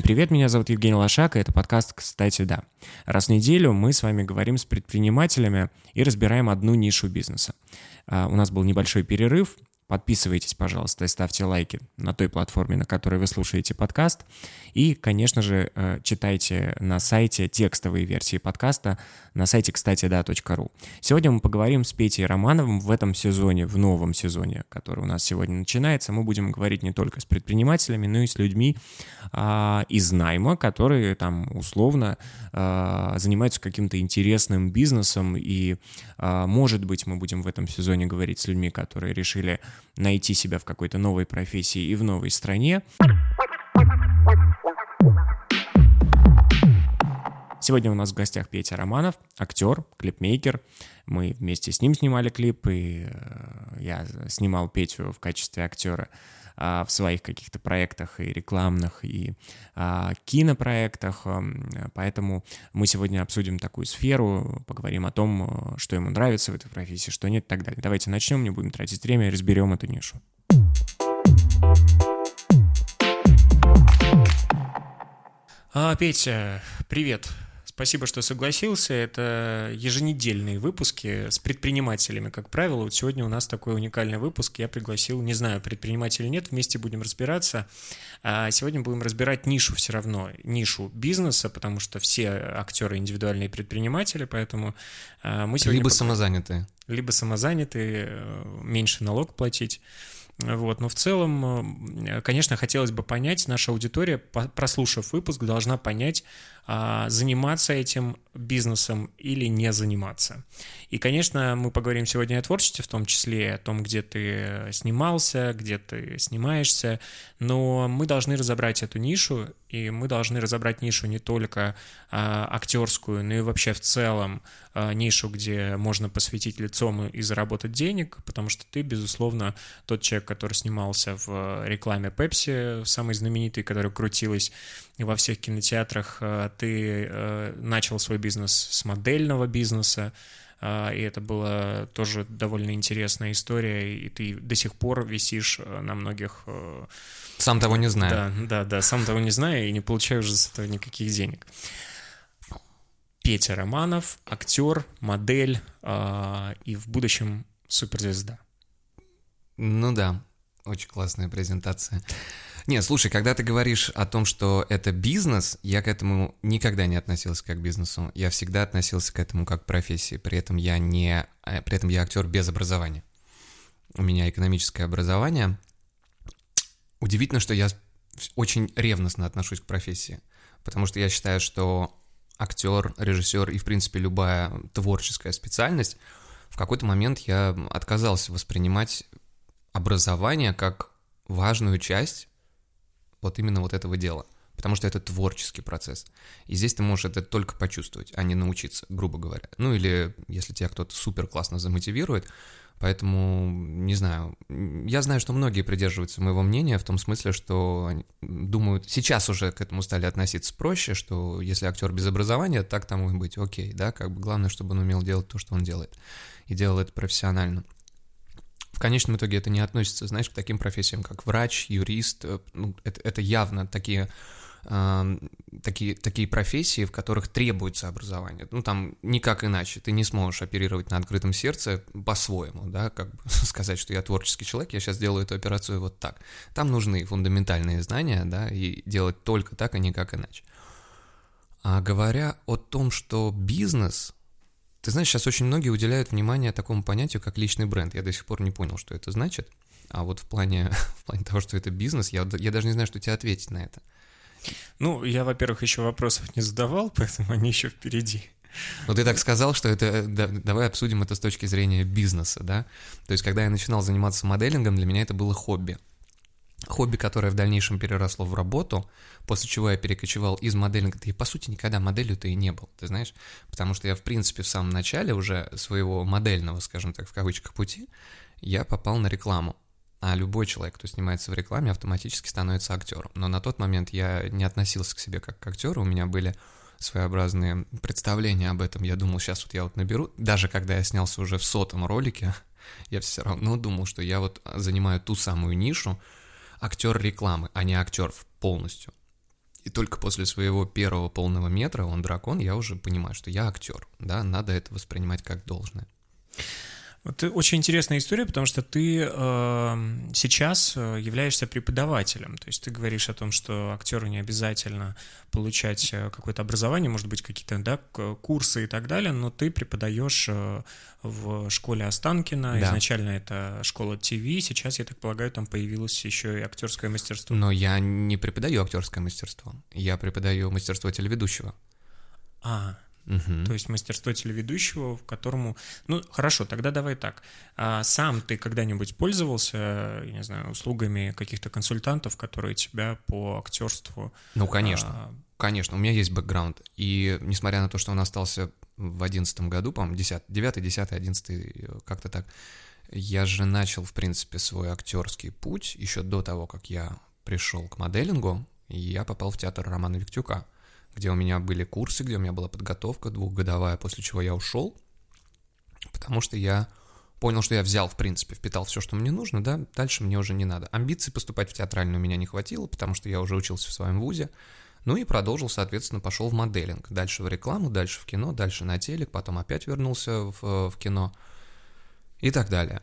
привет, меня зовут Евгений Лошак, и это подкаст «Кстати, да». Раз в неделю мы с вами говорим с предпринимателями и разбираем одну нишу бизнеса. У нас был небольшой перерыв. Подписывайтесь, пожалуйста, и ставьте лайки на той платформе, на которой вы слушаете подкаст. И, конечно же, читайте на сайте текстовые версии подкаста на сайте кстатида.ру. Сегодня мы поговорим с Петей Романовым в этом сезоне, в новом сезоне, который у нас сегодня начинается. Мы будем говорить не только с предпринимателями, но и с людьми из найма, которые там условно занимаются каким-то интересным бизнесом. И, может быть, мы будем в этом сезоне говорить с людьми, которые решили найти себя в какой-то новой профессии и в новой стране. Сегодня у нас в гостях Петя Романов, актер, клипмейкер. Мы вместе с ним снимали клип, и я снимал Петю в качестве актера в своих каких-то проектах и рекламных, и кинопроектах. Поэтому мы сегодня обсудим такую сферу, поговорим о том, что ему нравится в этой профессии, что нет и так далее. Давайте начнем, не будем тратить время, разберем эту нишу. Петя, привет. Спасибо, что согласился. Это еженедельные выпуски с предпринимателями, как правило. Вот сегодня у нас такой уникальный выпуск. Я пригласил, не знаю, предприниматель или нет, вместе будем разбираться. Сегодня будем разбирать нишу все равно, нишу бизнеса, потому что все актеры индивидуальные предприниматели, поэтому мы сегодня... Либо самозанятые. Либо самозанятые, меньше налог платить. Вот. Но в целом, конечно, хотелось бы понять, наша аудитория, прослушав выпуск, должна понять, заниматься этим бизнесом или не заниматься. И, конечно, мы поговорим сегодня о творчестве, в том числе о том, где ты снимался, где ты снимаешься, но мы должны разобрать эту нишу, и мы должны разобрать нишу не только актерскую, но и вообще в целом нишу, где можно посвятить лицом и заработать денег, потому что ты, безусловно, тот человек, который снимался в рекламе Pepsi, самой знаменитой, которая крутилась во всех кинотеатрах. Ты начал свой бизнес с модельного бизнеса, и это была тоже довольно интересная история, и ты до сих пор висишь на многих... Сам того не зная. Да, сам того не зная, и не получаю уже с этого никаких денег. Петя Романов, актер, модель и в будущем суперзвезда. Ну да, очень классная презентация. Нет, слушай, когда ты говоришь о том, что это бизнес, я к этому никогда не относился как к бизнесу. Я всегда относился к этому как к профессии. При этом я актер без образования. У меня экономическое образование. Удивительно, что я очень ревностно отношусь к профессии, потому что я считаю, что актер, режиссер и, в принципе, любая творческая специальность, в какой-то момент я отказался воспринимать образование как важную часть вот именно вот этого дела, потому что это творческий процесс. И здесь ты можешь это только почувствовать, а не научиться, грубо говоря. Ну или если тебя кто-то супер классно замотивирует. Поэтому, не знаю, я знаю, что многие придерживаются моего мнения в том смысле, что они думают, сейчас уже к этому стали относиться проще, что если актер без образования, так тому и быть, окей, да, как бы главное, чтобы он умел делать то, что он делает, и делал это профессионально. В конечном итоге это не относится, знаешь, к таким профессиям, как врач, юрист, ну, это явно такие профессии, в которых требуется образование. Ну, там никак иначе. Ты не сможешь оперировать на открытом сердце по-своему, да, как бы сказать, что я творческий человек, я сейчас делаю эту операцию вот так. Там нужны фундаментальные знания, да, и делать только так, а никак иначе. А говоря о том, что бизнес... Ты знаешь, сейчас очень многие уделяют внимание такому понятию, как личный бренд. Я до сих пор не понял, что это значит. А вот в плане того, что это бизнес, я даже не знаю, что тебе ответить на это. Ну, я, во-первых, еще вопросов не задавал, поэтому они еще впереди. Ну, ты так сказал, что это... Давай обсудим это с точки зрения бизнеса, да? То есть, когда я начинал заниматься моделингом, для меня это было хобби. Хобби, которое в дальнейшем переросло в работу, после чего я перекочевал из моделинга. Ты, по сути, никогда моделью-то и не был, ты знаешь? Потому что я, в принципе, в самом начале уже своего модельного, скажем так, в кавычках, пути, я попал на рекламу. А любой человек, кто снимается в рекламе, автоматически становится актером. Но на тот момент я не относился к себе как к актеру, у меня были своеобразные представления об этом. Я думал, сейчас вот я вот наберу. Даже когда я снялся уже в 100-м ролике, я все равно думал, что я вот занимаю ту самую нишу актер рекламы, а не актер полностью. И только после своего первого полного метра «Он дракон» я уже понимаю, что я актер, да, надо это воспринимать как должное. Это очень интересная история, потому что ты сейчас являешься преподавателем. То есть ты говоришь о том, что актеру не обязательно получать какое-то образование, может быть, какие-то, да, курсы и так далее, но ты преподаешь в школе Останкина. Да. Изначально это школа ТВ, сейчас, я так полагаю, там появилось еще и актерское мастерство. Но я не преподаю актерское мастерство, я преподаю мастерство телеведущего. То есть мастерство телеведущего, в которому... Ну, хорошо, тогда давай так. Сам ты когда-нибудь пользовался, я не знаю, услугами каких-то консультантов, которые тебя по актерству... Ну, конечно. Конечно, у меня есть бэкграунд. И несмотря на то, что он остался в 2011 году, по-моему, 9, 10, 11, как-то так, я же начал, в принципе, свой актерский путь еще до того, как я пришел к моделингу, и я попал в театр Романа Виктюка, где у меня были курсы, где у меня была подготовка 2-годовая, после чего я ушел, потому что я понял, что я взял, в принципе, впитал все, что мне нужно, да, дальше мне уже не надо. Амбиций поступать в театральную у меня не хватило, потому что я уже учился в своем вузе, ну и продолжил, соответственно, пошел в моделинг, дальше в рекламу, дальше в кино, дальше на телек, потом опять вернулся в кино и так далее.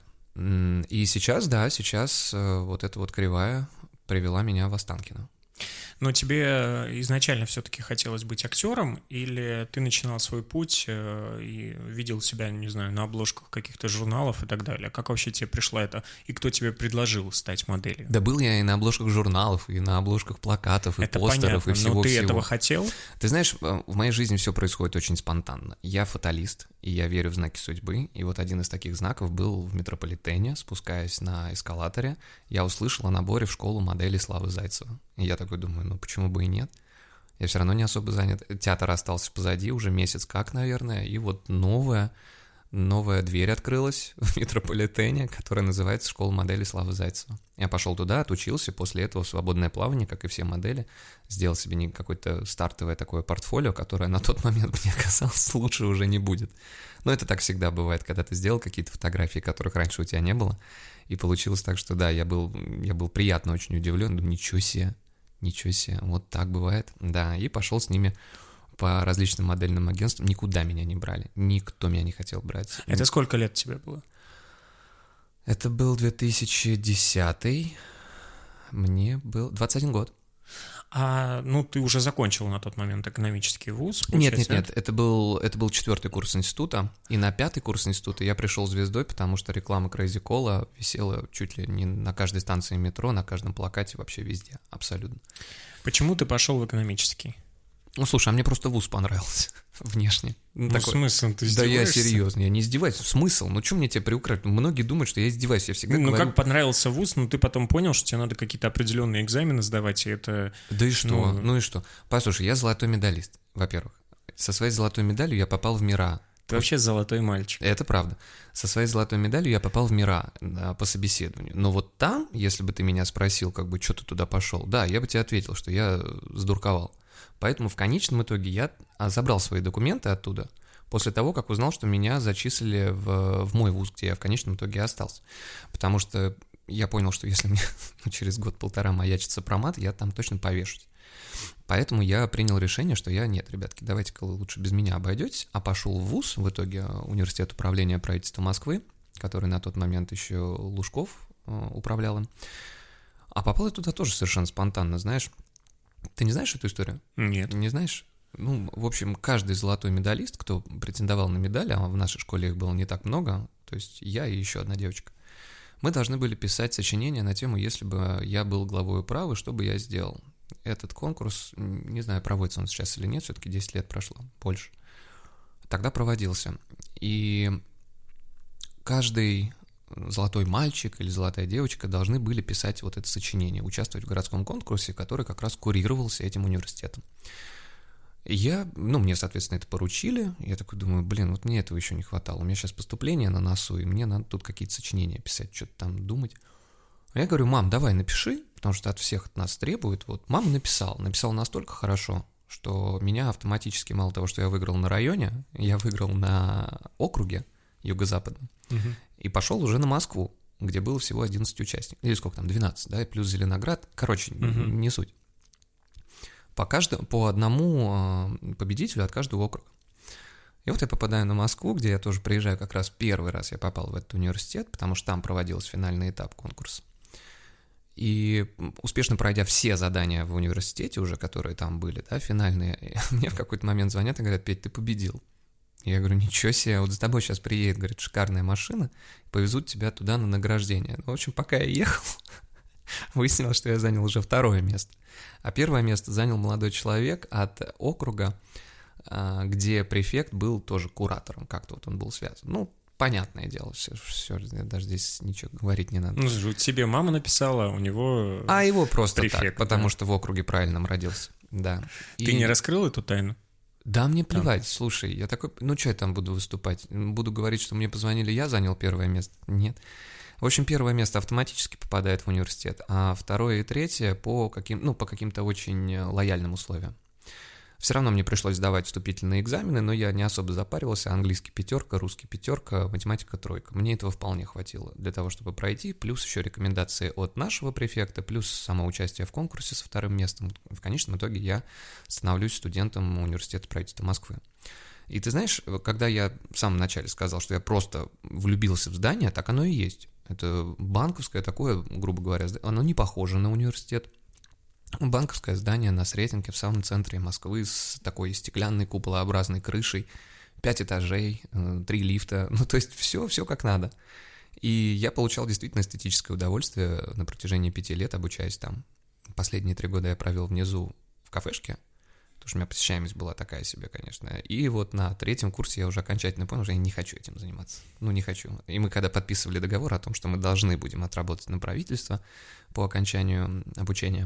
И сейчас, да, вот эта вот кривая привела меня в Останкино. Но тебе изначально все-таки хотелось быть актером, или ты начинал свой путь и видел себя, не знаю, на обложках каких-то журналов и так далее? Как вообще тебе пришло это? И кто тебе предложил стать моделью? Да был я и на обложках журналов, и на обложках плакатов, и это постеров, понятно, и всего-всего. Но ты этого хотел? Ты знаешь, в моей жизни все происходит очень спонтанно. Я фаталист, и я верю в знаки судьбы. И вот один из таких знаков был в метрополитене, спускаясь на эскалаторе, я услышал о наборе в школу модели Славы Зайцева. И я такой думаю, ну почему бы и нет? Я все равно не особо занят. Театр остался позади уже месяц как, наверное. И вот новая дверь открылась в метрополитене, которая называется «Школа модели Славы Зайцева». Я пошел туда, отучился, после этого в свободное плавание, как и все модели, сделал себе какое-то стартовое такое портфолио, которое на тот момент мне казалось лучше уже не будет. Но это так всегда бывает, когда ты сделал какие-то фотографии, которых раньше у тебя не было, и получилось так, что да, я был приятно очень удивлен, думаю, ничего себе, вот так бывает, да, и пошел с ними по различным модельным агентствам, никуда меня не брали, никто меня не хотел брать. Это сколько лет тебе было? Это был 2010, мне был 21 год. Ну, ты уже закончил на тот момент экономический вуз? Нет, это был 4-й курс института, и на 5-й курс института я пришел звездой, потому что реклама Crazy Cola висела чуть ли не на каждой станции метро, на каждом плакате, вообще везде, абсолютно. Почему ты пошел в экономический? Ну, слушай, а мне просто вуз понравился внешне. Ну, такой... смысл, ты издеваешься? Да я серьезно, я не издеваюсь. Смысл? Ну, что мне тебя приукрашивать? Многие думают, что я издеваюсь, я всегда говорю... как понравился вуз, ты потом понял, что тебе надо какие-то определенные экзамены сдавать, и это... Да и что? Ну и что? Послушай, я золотой медалист, во-первых. Со своей золотой медалью я попал в МИРА. Ты вообще золотой мальчик. Это правда. Со своей золотой медалью я попал в МИРА по собеседованию. Но вот там, если бы ты меня спросил, что ты туда пошел, да, я бы тебе ответил, что я сдурковал. Поэтому в конечном итоге я забрал свои документы оттуда после того, как узнал, что меня зачислили в мой вуз, где я в конечном итоге остался. Потому что я понял, что если мне через год-полтора маячится промат, я там точно повешусь. Поэтому я принял решение, что нет, ребятки, давайте-ка вы лучше без меня обойдетесь, а пошел в вуз, в итоге Университет управления правительства Москвы, который на тот момент еще Лужков управлял им. А попал я туда тоже совершенно спонтанно, знаешь. Ты не знаешь эту историю? Нет. Не знаешь? Ну, в общем, каждый золотой медалист, кто претендовал на медаль, а в нашей школе их было не так много, то есть я и еще одна девочка, мы должны были писать сочинение на тему «Если бы я был главой управы, что бы я сделал?». Этот конкурс, не знаю, проводится он сейчас или нет, все-таки 10 лет прошло, больше. Тогда проводился. И каждый золотой мальчик или золотая девочка должны были писать вот это сочинение, участвовать в городском конкурсе, который как раз курировался этим университетом. И мне, соответственно, это поручили, я такой думаю, вот мне этого еще не хватало, у меня сейчас поступление на носу, и мне надо тут какие-то сочинения писать, что-то там думать. А я говорю, мам, давай напиши, потому что от всех от нас требует. Вот мама написал настолько хорошо, что меня автоматически, мало того, что я выиграл на районе, я выиграл на округе юго-западном, и пошел уже на Москву, где было всего 11 участников, или сколько там, 12, да, и плюс Зеленоград, короче, не суть. по одному победителю от каждого округа. И вот я попадаю на Москву, где я тоже приезжаю как раз первый раз я попал в этот университет, потому что там проводился финальный этап конкурса. И успешно пройдя все задания в университете уже, которые там были, да, финальные, мне в какой-то момент звонят и говорят: Петь, ты победил. Я говорю: ничего себе, вот за тобой сейчас приедет, говорит, шикарная машина, повезут тебя туда на награждение. Ну, в общем, пока я ехал, выяснилось, что я занял уже второе место. А первое место занял молодой человек от округа, где префект был тоже куратором, как-то вот он был связан. Ну, понятное дело, все, даже здесь ничего говорить не надо. Ну, тебе мама написала, у него А его просто префект, так, потому да. что в округе правильном родился, да. Ты не раскрыл эту тайну? Да, мне плевать, слушай, я такой, ну что я там буду выступать? Буду говорить, что мне позвонили, я занял первое место? Нет. В общем, первое место автоматически попадает в университет, а второе и третье по каким-то очень лояльным условиям. Все равно мне пришлось сдавать вступительные экзамены, но я не особо запаривался. Английский 5, русский 5, математика 3. Мне этого вполне хватило для того, чтобы пройти. Плюс еще рекомендации от нашего префекта, плюс само участие в конкурсе со вторым местом. В конечном итоге я становлюсь студентом университета правительства Москвы. И ты знаешь, когда я в самом начале сказал, что я просто влюбился в здание, так оно и есть. Это банковское такое, грубо говоря, оно не похоже на университет. Банковское здание на Сретенке в самом центре Москвы с такой стеклянной куполообразной крышей, 5 этажей, 3 лифта, ну то есть все как надо. И я получал действительно эстетическое удовольствие на протяжении 5 лет, обучаясь там. Последние 3 года я провел внизу в кафешке, потому что у меня посещаемость была такая себе, конечно. И вот на 3-м курсе я уже окончательно понял, что я не хочу этим заниматься. Ну, не хочу. И мы когда подписывали договор о том, что мы должны будем отработать на правительство по окончанию обучения,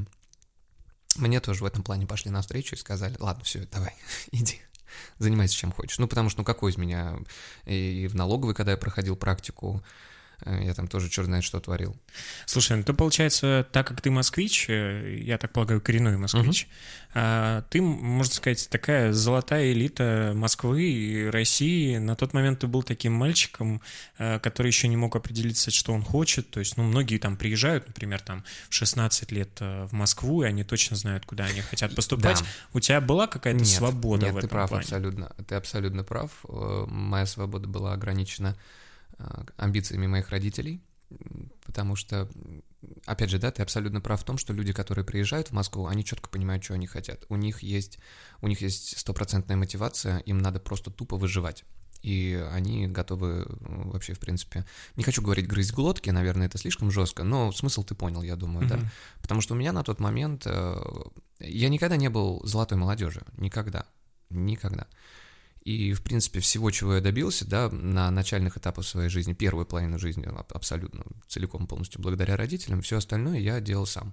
мне тоже в этом плане пошли навстречу и сказали: ладно, все, давай, иди, занимайся чем хочешь. Ну, потому что, ну, какой из меня... И в налоговой, когда я проходил практику, я там тоже черт знает что творил. Слушай, ну ты, получается, так как ты москвич, я так полагаю, коренной москвич, ты, можно сказать, такая золотая элита Москвы и России. На тот момент ты был таким мальчиком, который еще не мог определиться, что он хочет. То есть, ну, многие там приезжают, например, там в 16 лет в Москву, и они точно знают, куда они хотят поступать. Да. У тебя была какая-то свобода в этом плане? Нет, ты прав, ты абсолютно прав. Моя свобода была ограничена амбициями моих родителей, потому что, опять же, да, ты абсолютно прав в том, что люди, которые приезжают в Москву, они четко понимают, что они хотят. У них есть стопроцентная мотивация, им надо просто тупо выживать. И они готовы вообще, в принципе, не хочу говорить грызть глотки, наверное, это слишком жестко, но смысл ты понял, я думаю, да. Потому что у меня на тот момент, я никогда не был золотой молодежью, никогда. И, в принципе, всего, чего я добился, да, на начальных этапах своей жизни, первую половину жизни абсолютно целиком полностью благодаря родителям, все остальное я делал сам.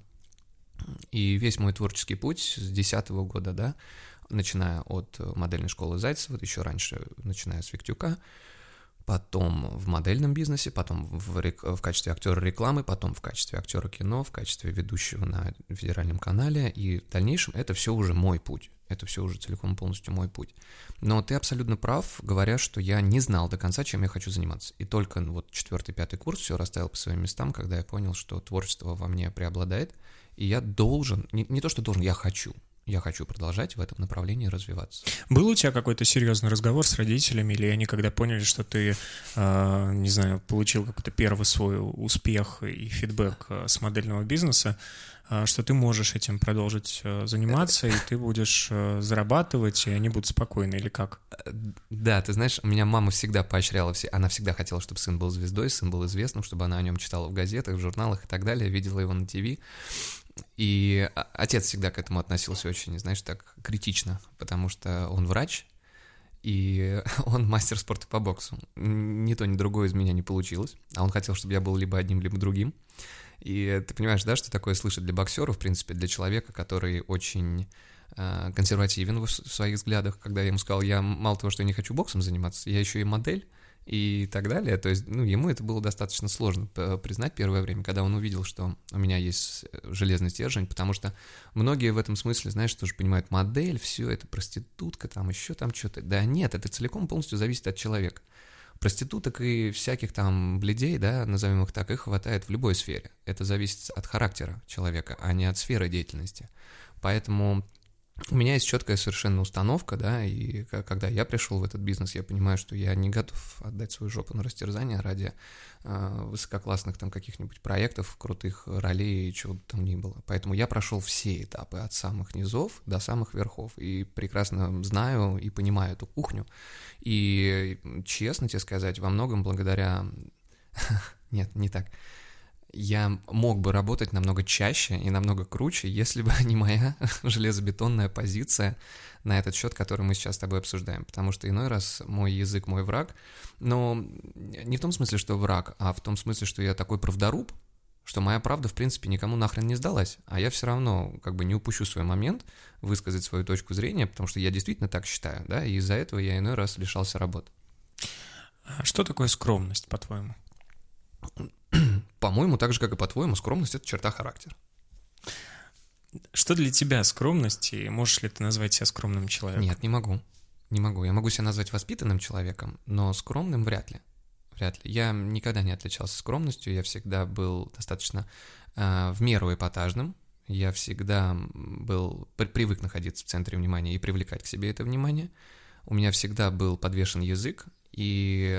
И весь мой творческий путь с 2010 года, да, начиная от модельной школы Зайцева, еще раньше, начиная с Виктюка, потом в модельном бизнесе, потом в качестве актера рекламы, потом в качестве актера кино, в качестве ведущего на федеральном канале, и в дальнейшем это все уже мой путь. Это все уже целиком полностью мой путь. Но ты абсолютно прав, говоря, что я не знал до конца, чем я хочу заниматься. И только вот 4-5 курс все расставил по своим местам, когда я понял, что творчество во мне преобладает, и я должен, не то что должен, я хочу продолжать в этом направлении развиваться. Был у тебя какой-то серьезный разговор с родителями, или они когда поняли, что ты, не знаю, получил какой-то первый свой успех и фидбэк с модельного бизнеса, что ты можешь этим продолжить заниматься, и ты будешь зарабатывать, и они будут спокойны, или как? Да, ты знаешь, у меня мама всегда поощряла, она всегда хотела, чтобы сын был звездой, сын был известным, чтобы она о нем читала в газетах, в журналах и так далее, видела его на ТВ. И отец всегда к этому относился очень, знаешь, так критично, потому что он врач, и он мастер спорта по боксу. Ни то, ни другое из меня не получилось, а он хотел, чтобы я был либо одним, либо другим. И ты понимаешь, да, что такое слышать для боксера, в принципе, для человека, который очень консервативен в своих взглядах, когда я ему сказал, я мало того, что я не хочу боксом заниматься, я еще и модель, и так далее. То есть, ну, ему это было достаточно сложно признать первое время, когда он увидел, что у меня есть железный стержень, потому что многие в этом смысле, знаешь, тоже понимают, модель, все это проститутка, там еще там что-то. Да нет, это целиком полностью зависит от человека. Проституток и всяких там блядей, да, назовем их так, их хватает в любой сфере. Это зависит от характера человека, а не от сферы деятельности. Поэтому У меня есть четкая совершенно установка, да, и когда я пришел в этот бизнес, я понимаю, что я не готов отдать свою жопу на растерзание ради высококлассных там каких-нибудь проектов, крутых ролей и чего бы там ни было. Поэтому я прошел все этапы от самых низов до самых верхов и прекрасно знаю и понимаю эту кухню. И честно тебе сказать, во многом благодаря... Нет, не так. Я мог бы работать намного чаще и намного круче, если бы не моя железобетонная позиция на этот счет, который мы сейчас с тобой обсуждаем. Потому что иной раз мой язык мой враг, но не в том смысле, что враг, а в том смысле, что я такой правдоруб, что моя правда, в принципе, никому нахрен не сдалась. А я все равно как бы не упущу свой момент высказать свою точку зрения, потому что я действительно так считаю, да, и из-за этого я иной раз лишался работы. А что такое скромность, по-твоему? По-моему, так же, как и по-твоему, скромность — это черта характера. Что для тебя скромность, и можешь ли ты назвать себя скромным человеком? Нет, не могу. Не могу. Я могу себя назвать воспитанным человеком, но скромным вряд ли. Вряд ли. Я никогда не отличался скромностью, я всегда был достаточно в меру эпатажным, я всегда привык находиться в центре внимания и привлекать к себе это внимание. У меня всегда был подвешен язык, и...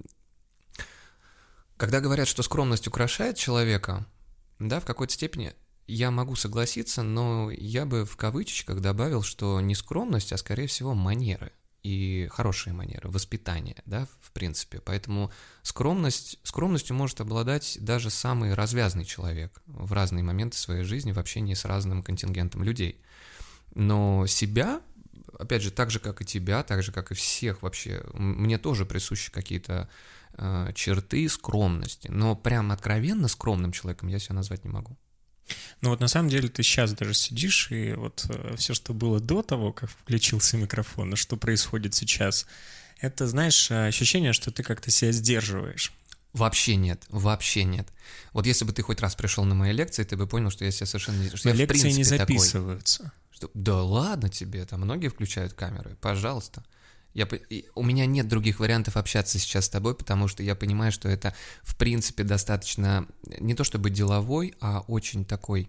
Когда говорят, что скромность украшает человека, да, в какой-то степени я могу согласиться, но я бы в кавычках добавил, что не скромность, а скорее всего манеры и хорошие манеры, воспитание, да, в принципе. Поэтому скромностью может обладать даже самый развязный человек в разные моменты своей жизни в общении с разным контингентом людей. Но себя, опять же, так же, как и тебя, так же, как и всех вообще, мне тоже присущи какие-то черты скромности, но прям откровенно скромным человеком я себя назвать не могу. Ну вот на самом деле ты сейчас даже сидишь, и вот все, что было до того, как включился микрофон, и что происходит сейчас, это, знаешь, ощущение, что ты как-то себя сдерживаешь. Вообще нет, вообще нет. Вот если бы ты хоть раз пришел на мои лекции, ты бы понял, что я себя совершенно не... Но лекции не записываются. Да ладно тебе, там многие включают камеры, пожалуйста. У меня нет других вариантов общаться сейчас с тобой, потому что я понимаю, что это, в принципе, достаточно не то чтобы деловой, а очень такой,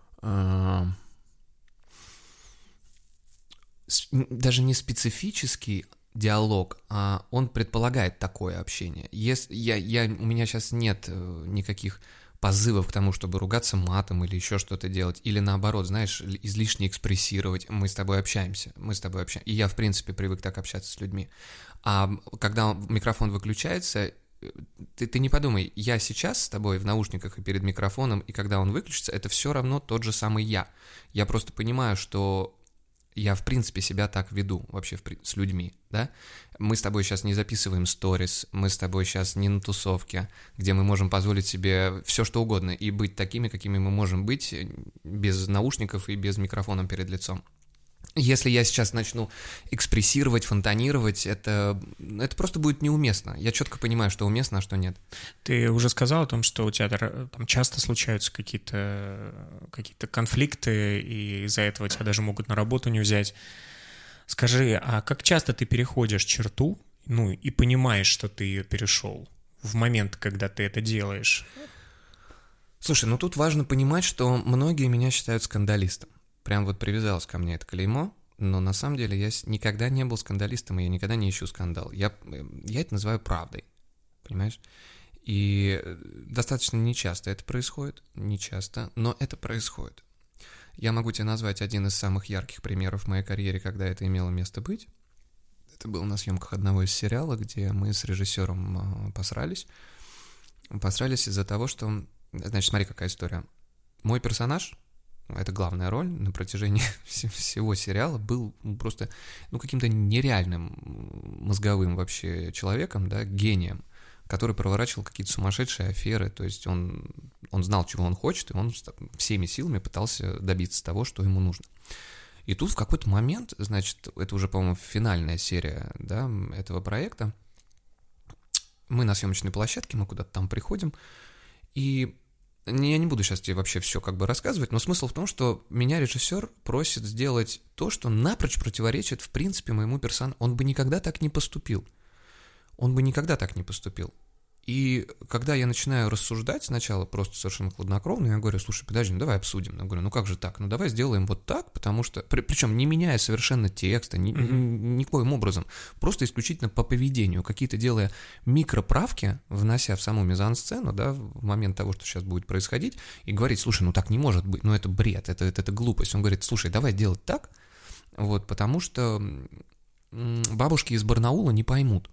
даже не специфический диалог, а он предполагает такое общение. У меня сейчас нет никаких позывов к тому, чтобы ругаться матом или еще что-то делать, или наоборот, знаешь, излишне экспрессировать. Мы с тобой общаемся. И я, в принципе, привык так общаться с людьми. А когда микрофон выключается, ты не подумай, я сейчас с тобой в наушниках и перед микрофоном, и когда он выключится, это все равно тот же самый я. Я просто понимаю, что я, в принципе, себя так веду вообще с людьми, да? Мы с тобой сейчас не записываем сторис, мы с тобой сейчас не на тусовке, где мы можем позволить себе все что угодно и быть такими, какими мы можем быть, без наушников и без микрофона перед лицом. Если я сейчас начну экспрессировать, фонтанировать, это просто будет неуместно. Я четко понимаю, что уместно, а что нет. Ты уже сказал о том, что у тебя там часто случаются какие-то конфликты, и из-за этого тебя даже могут на работу не взять. Скажи, а как часто ты переходишь черту, ну, и понимаешь, что ты ее перешел в момент, когда ты это делаешь? Слушай, ну тут важно понимать, что многие меня считают скандалистом. Прям вот привязалось ко мне это клеймо, но на самом деле я никогда не был скандалистом, и я никогда не ищу скандал. Я это называю правдой, понимаешь? И достаточно нечасто это происходит, но это происходит. Я могу тебе назвать один из самых ярких примеров в моей карьере, когда это имело место быть. Это было на съемках одного из сериала, где мы с режиссером посрались. Посрались из-за того, что... Значит, смотри, какая история. Мой персонаж... Это главная роль на протяжении всего сериала, был просто, каким-то нереальным мозговым вообще человеком, да, гением, который проворачивал какие-то сумасшедшие аферы, то есть он знал, чего он хочет, и он всеми силами пытался добиться того, что ему нужно. И тут в какой-то момент, значит, это уже, по-моему, финальная серия, да, этого проекта, мы на съемочной площадке, мы куда-то там приходим, и... Я не буду сейчас тебе вообще все как бы рассказывать, но смысл в том, что меня режиссер просит сделать то, что напрочь противоречит, в принципе, моему персонажу. Он бы никогда так не поступил. И когда я начинаю рассуждать сначала просто совершенно хладнокровно, я говорю, слушай, подожди, ну давай обсудим. Я говорю, ну как же так? Ну давай сделаем вот так, потому что... Причем не меняя совершенно текста, никоим образом. Просто исключительно по поведению. Какие-то делая микроправки, внося в саму мизансцену, да, в момент того, что сейчас будет происходить, и говорить, слушай, ну так не может быть, ну это бред, это глупость. Он говорит, слушай, давай делать так, вот, потому что бабушки из Барнаула не поймут.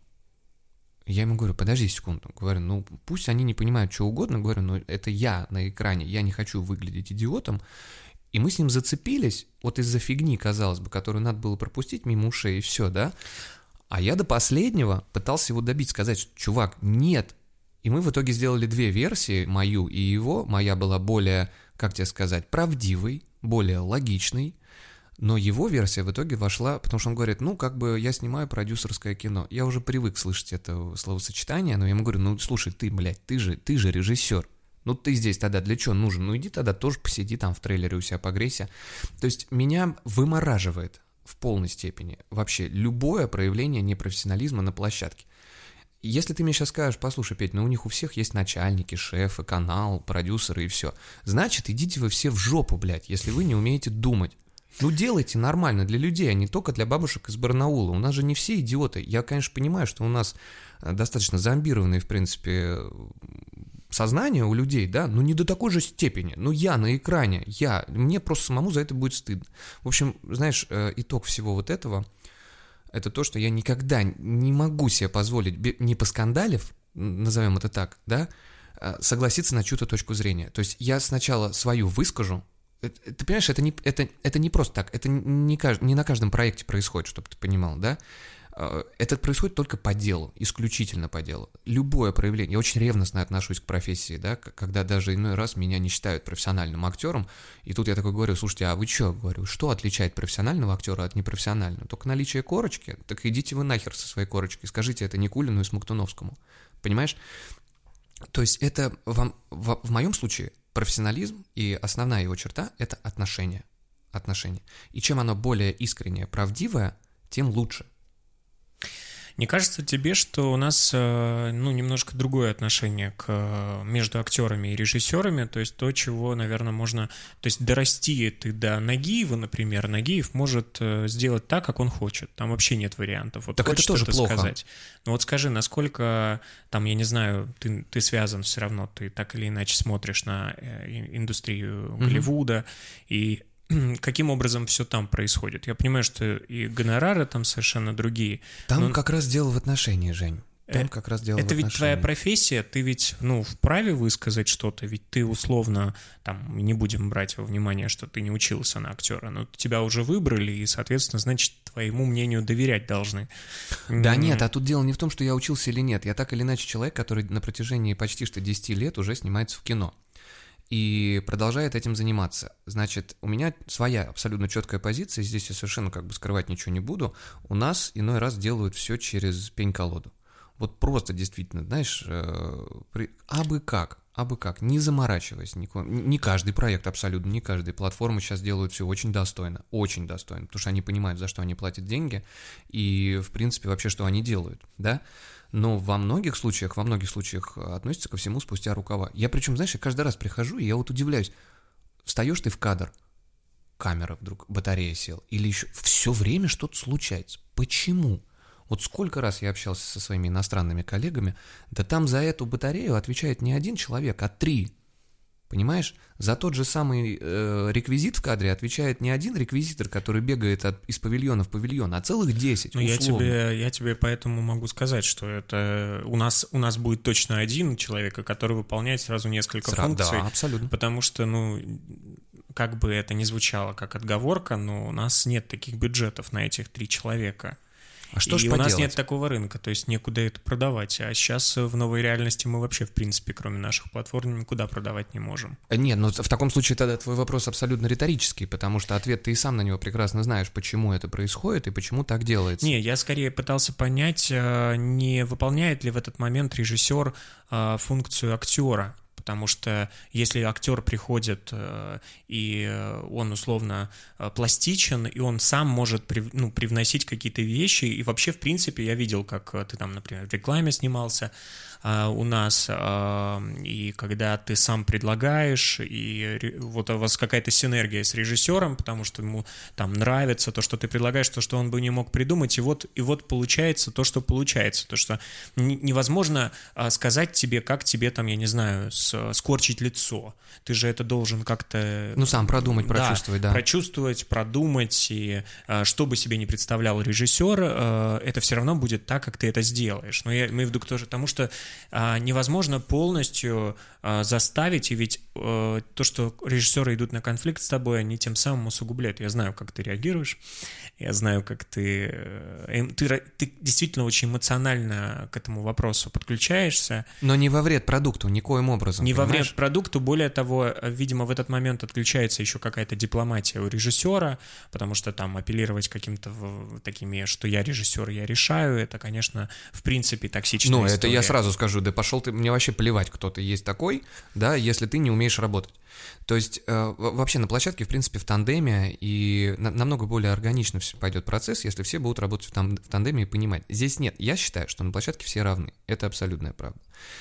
Я ему говорю, подожди секунду, говорю, ну пусть они не понимают что угодно, говорю, но это я на экране, я не хочу выглядеть идиотом, и мы с ним зацепились вот из-за фигни, казалось бы, которую надо было пропустить мимо ушей, и все, да, а я до последнего пытался его добить, сказать, что, чувак, нет, и мы в итоге сделали две версии, мою и его, моя была более, как тебе сказать, правдивой, более логичной, но его версия в итоге вошла, потому что он говорит, ну, как бы я снимаю продюсерское кино. Я уже привык слышать это словосочетание, но я ему говорю, ну, слушай, ты, блядь, ты же режиссер. Ну, ты здесь тогда для чего нужен? Ну, иди тогда тоже посиди там в трейлере у себя, погрейся. То есть меня вымораживает в полной степени вообще любое проявление непрофессионализма на площадке. Если ты мне сейчас скажешь, послушай, Петь, ну у них у всех есть начальники, шефы, канал, продюсеры и все. Значит, идите вы все в жопу, блядь, если вы не умеете думать. Ну, делайте нормально для людей, а не только для бабушек из Барнаула. У нас же не все идиоты. Я, конечно, понимаю, что у нас достаточно зомбированные, в принципе, сознание у людей, да, но не до такой же степени. Ну, я на экране, мне просто самому за это будет стыдно. В общем, знаешь, итог всего вот этого, это то, что я никогда не могу себе позволить, не поскандалив, назовем это так, да, согласиться на чью-то точку зрения. То есть я сначала свою выскажу. Ты понимаешь, это не просто так, это не на каждом проекте происходит, чтобы ты понимал, да? Это происходит только по делу, исключительно по делу. Любое проявление, я очень ревностно отношусь к профессии, да, когда даже иной раз меня не считают профессиональным актером, и тут я такой говорю, слушайте, а вы что, говорю, что отличает профессионального актера от непрофессионального? Только наличие корочки? Так идите вы нахер со своей корочкой, скажите это Никулину и Смоктуновскому, понимаешь? То есть это в моем случае профессионализм, и основная его черта – это отношение. И чем оно более искреннее, правдивое, тем лучше. Не кажется тебе, что у нас, немножко другое отношение между актерами и режиссерами, то есть то, чего, наверное, можно... То есть дорасти ты до Нагиева, например, Нагиев может сделать так, как он хочет, там вообще нет вариантов. Вот так это тоже плохо. Сказать. Ну вот скажи, насколько, там, я не знаю, ты связан все равно, ты так или иначе смотришь на индустрию Голливуда, и... Каким образом все там происходит? Я понимаю, что и гонорары там совершенно другие. Там как раз дело в отношении, Жень. Там как раз дело в отношении. Это ведь твоя профессия, ты ведь, вправе высказать что-то, ведь ты условно, там, не будем брать во внимание, что ты не учился на актера, но тебя уже выбрали, и, соответственно, значит, твоему мнению доверять должны. Да нет, а тут дело не в том, что я учился или нет. Я так или иначе человек, который на протяжении почти что 10 лет уже снимается в кино. И продолжает этим заниматься. Значит, у меня своя абсолютно четкая позиция, здесь я совершенно скрывать ничего не буду. У нас иной раз делают все через пень-колоду. Вот просто действительно, знаешь, абы как, не заморачиваясь. Не каждый проект, абсолютно не каждый. Платформы сейчас делают все очень достойно, потому что они понимают, за что они платят деньги и, в принципе, вообще, что они делают, да? Но во многих случаях относятся ко всему спустя рукава. Я причем, знаешь, я каждый раз прихожу, и я вот удивляюсь. Встаешь ты в кадр, камера вдруг, батарея села, или еще все время что-то случается. Почему? Вот сколько раз я общался со своими иностранными коллегами, да там за эту батарею отвечает не один человек, а 3. Понимаешь? За тот же самый реквизит в кадре отвечает не один реквизитор, который бегает из павильона в павильон, а целых 10, условно. Я тебе поэтому могу сказать, что это у нас будет точно один человек, который выполняет сразу несколько функций. Да, абсолютно. Потому что, как бы это ни звучало как отговорка, но у нас нет таких бюджетов на этих 3 человека. А что и ж у нас поделать? нет такого рынка, то есть некуда это продавать. А сейчас в новой реальности мы вообще, в принципе, кроме наших платформ, никуда продавать не можем. Нет, в таком случае тогда твой вопрос абсолютно риторический, потому что ответ ты и сам на него прекрасно знаешь, почему это происходит и почему так делается. Не, я скорее пытался понять, не выполняет ли в этот момент режиссер функцию актера. потому что если актер приходит, и он условно пластичен, и он сам может привносить какие-то вещи, и вообще, в принципе, я видел, как ты там, например, в рекламе снимался у нас, и когда ты сам предлагаешь, и вот у вас какая-то синергия с режиссером, потому что ему там нравится то, что ты предлагаешь, то, что он бы не мог придумать, и вот получается то, что получается, то, что невозможно сказать тебе, как тебе там, я не знаю, скорчить лицо, ты же это должен как-то... сам продумать, прочувствовать, да. Прочувствовать, продумать, и что бы себе не представлял режиссер, это все равно будет так, как ты это сделаешь. Но я имею в виду тоже потому, что невозможно полностью заставить, и ведь то, что режиссеры идут на конфликт с тобой, они тем самым усугубляют. Я знаю, как ты реагируешь, я знаю, как ты действительно очень эмоционально к этому вопросу подключаешься. Но не во вред продукту, никоим образом. Не понимаешь? во вред продукту, более того, видимо, в этот момент отключается еще какая-то дипломатия у режиссера, потому что там апеллировать каким-то такими, что я режиссер, я решаю, это, конечно, в принципе токсичная история. Это я сразу скажу, да пошел ты, мне вообще плевать, кто ты есть такой, да, если ты не умеешь работать. То есть вообще на площадке, в принципе, в тандеме и намного более органично пойдет процесс, если все будут работать в тандеме и понимать. Здесь нет. Я считаю, что на площадке все равны. Это абсолютная правда.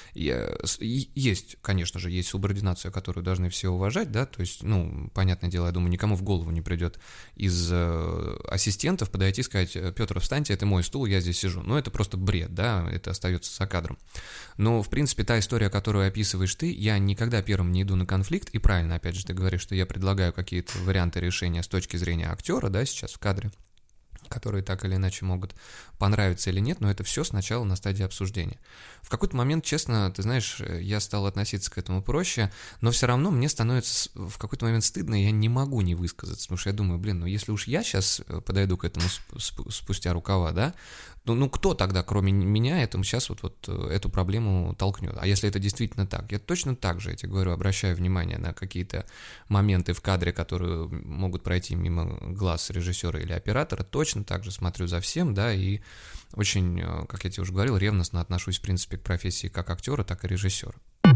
Есть, конечно же, есть субординация, которую должны все уважать, да, то есть, понятное дело, я думаю, никому в голову не придет из ассистентов подойти и сказать: Петр, встаньте, это мой стул, я здесь сижу. Это просто бред, да, это остается за кадром. Но, в принципе, та история, которую описываешь ты, я никогда первым не иду на конфликт, и правильно, опять же, ты говоришь, что я предлагаю какие-то варианты решения с точки зрения актера, да, сейчас в кадре, которые так или иначе могут понравиться или нет, но это все сначала на стадии обсуждения. В какой-то момент, честно, ты знаешь, я стал относиться к этому проще, но все равно мне становится в какой-то момент стыдно, и я не могу не высказаться, потому что я думаю, если уж я сейчас подойду к этому спустя рукава, да, кто тогда, кроме меня, этому сейчас вот эту проблему толкнет? А если это действительно так? Я точно так же, я тебе говорю, обращаю внимание на какие-то моменты в кадре, которые могут пройти мимо глаз режиссера или оператора, точно так же смотрю за всем, да, и очень, как я тебе уже говорил, ревностно отношусь, в принципе, к профессии как актера, так и режиссера.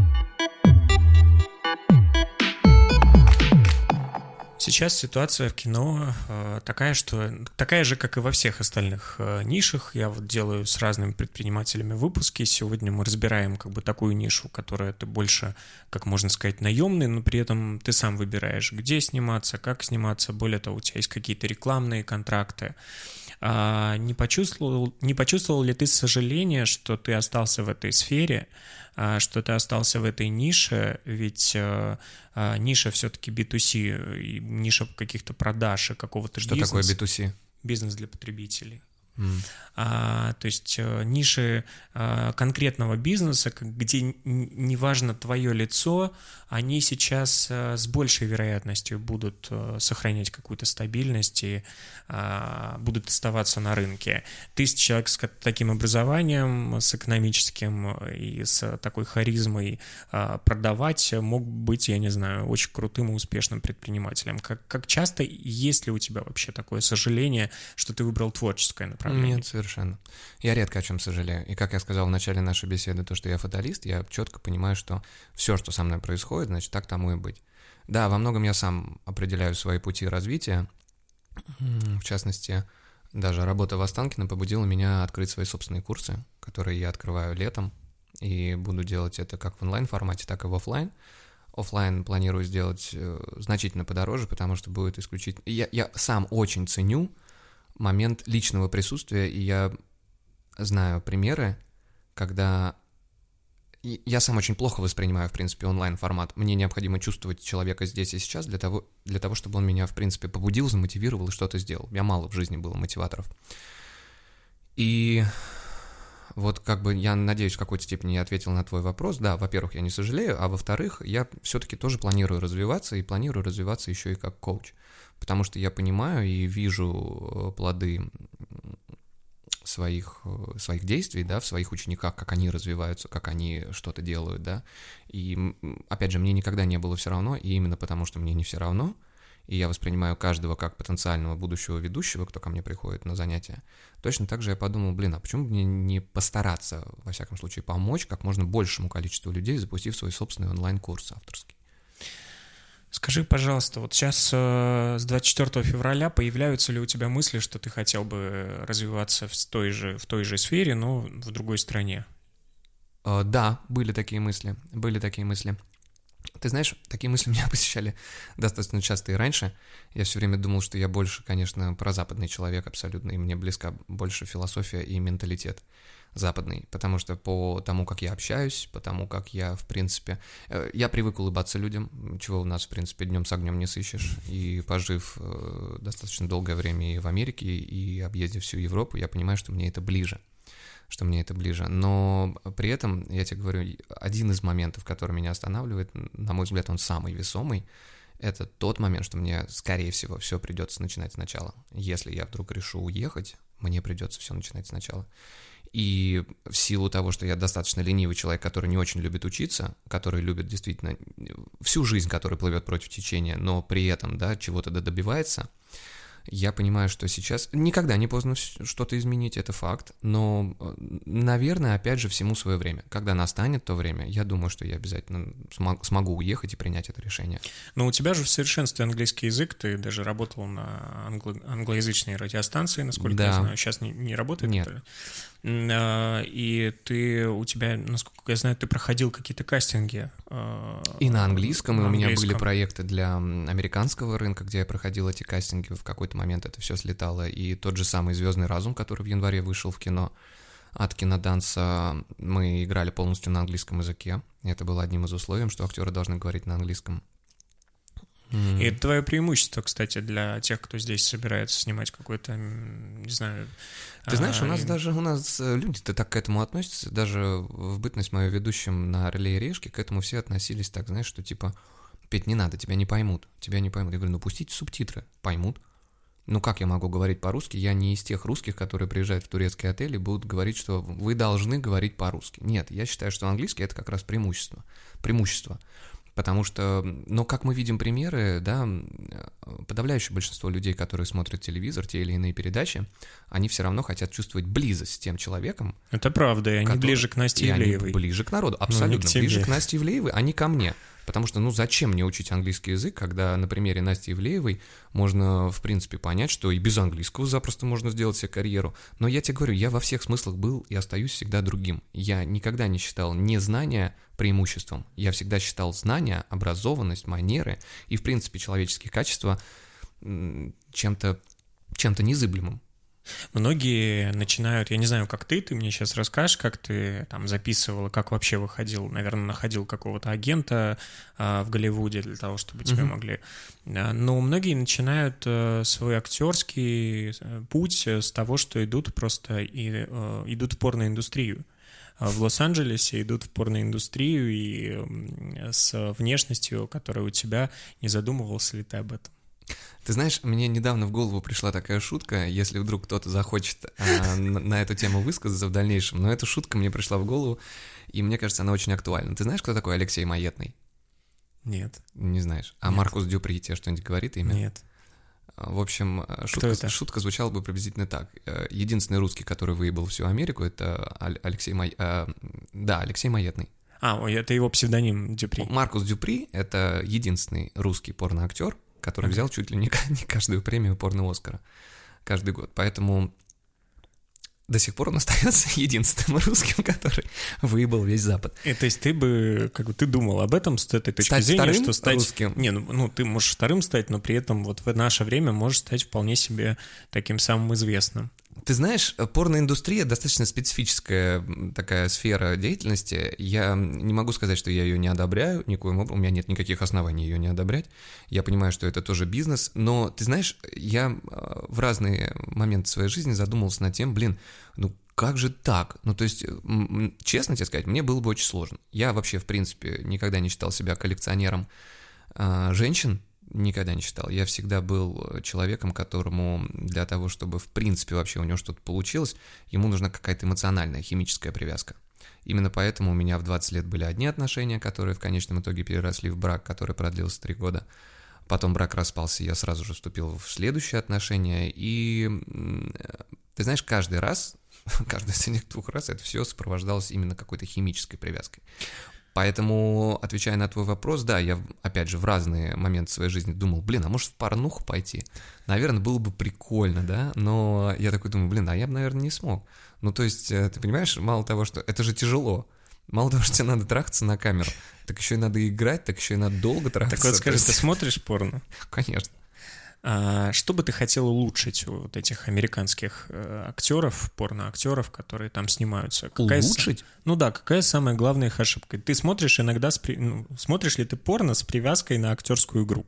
Сейчас ситуация в кино такая же, как и во всех остальных нишах. Я вот делаю с разными предпринимателями выпуски. Сегодня мы разбираем такую нишу, которая ты больше, как можно сказать, наемный, но при этом ты сам выбираешь, где сниматься, как сниматься. Более того, у тебя есть какие-то рекламные контракты. Не почувствовал ли ты сожаление, что ты остался в этой сфере, что ты остался в этой нише, ведь ниша все-таки B2C, и ниша каких-то продаж и какого-то Что бизнеса. Что такое B2C? Бизнес для потребителей. То есть ниши конкретного бизнеса, где неважно твое лицо, они сейчас с большей вероятностью будут сохранять какую-то стабильность и будут оставаться на рынке. Ты человек с таким образованием, с экономическим и с такой харизмой продавать мог быть, я не знаю, очень крутым и успешным предпринимателем. Как часто, есть ли у тебя вообще такое сожаление, что ты выбрал творческое направление? Нет, совершенно. Я редко о чем сожалею. И как я сказал в начале нашей беседы, то, что я фаталист, я четко понимаю, что все, что со мной происходит, значит, так тому и быть. Да, во многом я сам определяю свои пути развития. В частности, даже работа в Останкино побудила меня открыть свои собственные курсы, которые я открываю летом, и буду делать это как в онлайн-формате, так и в офлайн. Офлайн планирую сделать значительно подороже, потому что будет исключительно... Я сам очень ценю момент личного присутствия, и я знаю примеры, когда... Я сам очень плохо воспринимаю, в принципе, онлайн-формат. Мне необходимо чувствовать человека здесь и сейчас для того, чтобы он меня, в принципе, побудил, замотивировал и что-то сделал. У меня мало в жизни было мотиваторов. И вот я надеюсь, в какой-то степени я ответил на твой вопрос. Да, во-первых, я не сожалею, а во-вторых, я все-таки тоже планирую развиваться, и планирую развиваться еще и как коуч. Потому что я понимаю и вижу плоды своих действий, да, в своих учениках, как они развиваются, как они что-то делают, да. И, опять же, мне никогда не было все равно, и именно потому, что мне не все равно, и я воспринимаю каждого как потенциального будущего ведущего, кто ко мне приходит на занятия, точно так же я подумал, блин, а почему бы мне не постараться, во всяком случае, помочь как можно большему количеству людей, запустив свой собственный онлайн-курс авторский. Скажи, пожалуйста, вот сейчас с 24 февраля появляются ли у тебя мысли, что ты хотел бы развиваться в той же сфере, но в другой стране? Да, были такие мысли. Ты знаешь, такие мысли меня посещали достаточно часто и раньше. Я все время думал, что я больше, конечно, прозападный человек абсолютно, и мне близка больше философия и менталитет западный, потому что по тому, как я общаюсь, по тому, как я, в принципе... Я привык улыбаться людям, чего у нас, в принципе, днем с огнем не сыщешь, и пожив достаточно долгое время и в Америке, и объездив всю Европу, я понимаю, что мне это ближе. Но при этом, я тебе говорю, один из моментов, который меня останавливает, на мой взгляд, он самый весомый, это тот момент, что мне, скорее всего, все придется начинать сначала. Если я вдруг решу уехать, мне придется все начинать сначала. И в силу того, что я достаточно ленивый человек, который не очень любит учиться, который любит действительно всю жизнь, который плывет против течения, но при этом, да, чего-то добивается, я понимаю, что сейчас никогда не поздно что-то изменить, это факт, но, наверное, опять же, всему свое время. Когда настанет то время, я думаю, что я обязательно смогу уехать и принять это решение. Но у тебя же в совершенстве английский язык, ты даже работал на англоязычной радиостанции, насколько я знаю, сейчас не работает? Нет. И у тебя, насколько я знаю, ты проходил какие-то кастинги. И на английском, и у меня были проекты для американского рынка, где я проходил эти кастинги, в какой-то момент это все слетало, и тот же самый «Звездный разум», который в январе вышел в кино от Киноданса, мы играли полностью на английском языке, и это было одним из условий, что актеры должны говорить на английском. И это твое преимущество, кстати, для тех, кто здесь собирается снимать какой-то, не знаю... Ты знаешь, у нас люди-то так к этому относятся, даже в бытность мою ведущим на «Орле и Решке» к этому все относились так, знаешь, что типа, Петь, не надо, тебя не поймут. Я говорю, ну пустите субтитры, поймут. Ну как я могу говорить по-русски? Я не из тех русских, которые приезжают в турецкие отели и будут говорить, что вы должны говорить по-русски. Нет, я считаю, что английский — это как раз преимущество. Потому что, как мы видим примеры, да, подавляющее большинство людей, которые смотрят телевизор, те или иные передачи, они все равно хотят чувствовать близость с тем человеком. Это правда, и они ближе к Насте Ивлеевой. Они ближе к народу, абсолютно. Ближе к Насте Ивлеевой, а не ко мне. Потому что, зачем мне учить английский язык, когда на примере Насти Ивлеевой можно, в принципе, понять, что и без английского запросто можно сделать себе карьеру. Но я тебе говорю, я во всех смыслах был и остаюсь всегда другим. Я никогда не считал незнание преимуществом. Я всегда считал знания, образованность, манеры и, в принципе, человеческие качества чем-то незыблемым. Многие начинают, я не знаю, как ты мне сейчас расскажешь, как ты там записывал, как вообще выходил, наверное, находил какого-то агента в Голливуде для того, чтобы тебя могли... Но многие начинают свой актерский путь с того, что идут в порноиндустрию. В Лос-Анджелесе идут в порноиндустрию и с внешностью, которая у тебя, не задумывался ли ты об этом? Ты знаешь, мне недавно в голову пришла такая шутка, если вдруг кто-то захочет на эту тему высказаться в дальнейшем, но эта шутка мне пришла в голову, и мне кажется, она очень актуальна. Ты знаешь, кто такой Алексей Маетный? Нет. Не знаешь. А Нет. Маркус Дюпри тебе что-нибудь говорит имя? Нет. В общем, шутка звучала бы приблизительно так. Единственный русский, который выебал всю Америку, это Алексей Маетный. Это его псевдоним Дюпри. Маркус Дюпри — это единственный русский порноактер, который взял чуть ли не каждую премию порно-Оскара каждый год. Поэтому до сих пор он остается единственным русским, который выебал весь Запад. То есть ты думал об этом с этой точки зрения, что стать русским? Не, ты можешь вторым стать, но при этом вот в наше время можешь стать вполне себе таким самым известным. Ты знаешь, порноиндустрия достаточно специфическая такая сфера деятельности. Я не могу сказать, что я ее не одобряю, никоим образом, у меня нет никаких оснований ее не одобрять. Я понимаю, что это тоже бизнес, но, ты знаешь, я в разные моменты своей жизни задумывался над тем, как же так? То есть, честно тебе сказать, мне было бы очень сложно. Я вообще, в принципе, никогда не считал себя коллекционером женщин, никогда не считал. Я всегда был человеком, которому для того, чтобы в принципе вообще у него что-то получилось, ему нужна какая-то эмоциональная, химическая привязка. Именно поэтому у меня в 20 лет были одни отношения, которые в конечном итоге переросли в брак, который продлился 3 года. Потом брак распался, я сразу же вступил в следующие отношения. И ты знаешь, каждый раз, каждый из этих 2 раз это все сопровождалось именно какой-то химической привязкой. Поэтому, отвечая на твой вопрос, да, я, опять же, в разные моменты своей жизни думал, а может в порнуху пойти? Наверное, было бы прикольно, да, но я такой думаю, а я бы, наверное, не смог. Ну, то есть, ты понимаешь, мало того, что это же тяжело, мало того, что тебе надо трахаться на камеру, так еще и надо играть, так еще и надо долго трахаться. Так вот скажи, ты смотришь порно? Конечно. Что бы ты хотел улучшить у вот этих американских актеров, порноактеров, которые там снимаются? Улучшить? Ну да, какая самая главная их ошибка? Ты смотришь иногда, смотришь ли ты порно с привязкой на актерскую игру?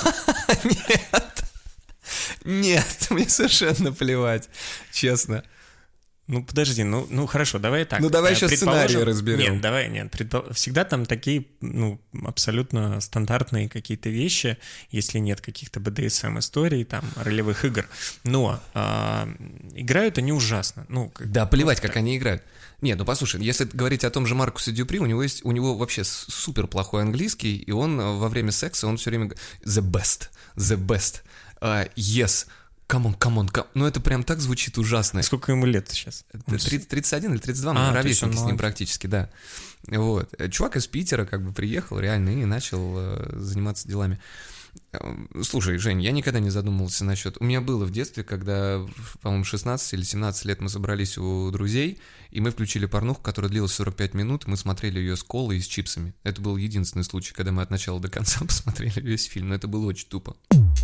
Нет, мне совершенно плевать, честно. Ну, подожди, ну хорошо, давай так. Ну, давай сейчас сценарий разберем. Всегда там такие, абсолютно стандартные какие-то вещи, если нет каких-то БДСМ-историй, там, ролевых игр. Но играют они ужасно. Да, плевать, как они играют. Нет, послушай, если говорить о том же Маркусе Дюпри, у него вообще супер плохой английский, и он во время секса, он все время говорит the best, yes, come on. Ну, это прям так звучит ужасно. Сколько ему лет сейчас? 31 или 32, мы ровесники с ним практически, да. Вот. Чувак из Питера как бы приехал реально и начал заниматься делами. Слушай, Жень, я никогда не задумывался насчет... У меня было в детстве, когда, по-моему, 16 или 17 лет мы собрались у друзей, и мы включили порнуху, которая длилась 45 минут, и мы смотрели ее с колой и с чипсами. Это был единственный случай, когда мы от начала до конца посмотрели весь фильм, но это было очень тупо.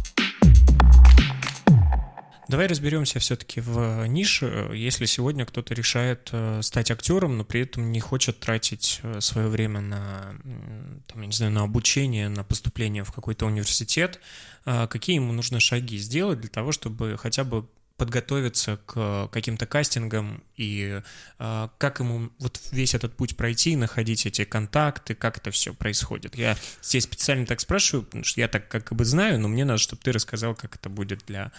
Давай разберемся все-таки в нише. Если сегодня кто-то решает стать актером, но при этом не хочет тратить свое время на, там, я не знаю, на обучение, на поступление в какой-то университет, какие ему нужно шаги сделать для того, чтобы хотя бы подготовиться к каким-то кастингам и как ему вот весь этот путь пройти, находить эти контакты, как это все происходит. Я здесь специально так спрашиваю, потому что я так как бы знаю, но мне надо, чтобы ты рассказал, как это будет для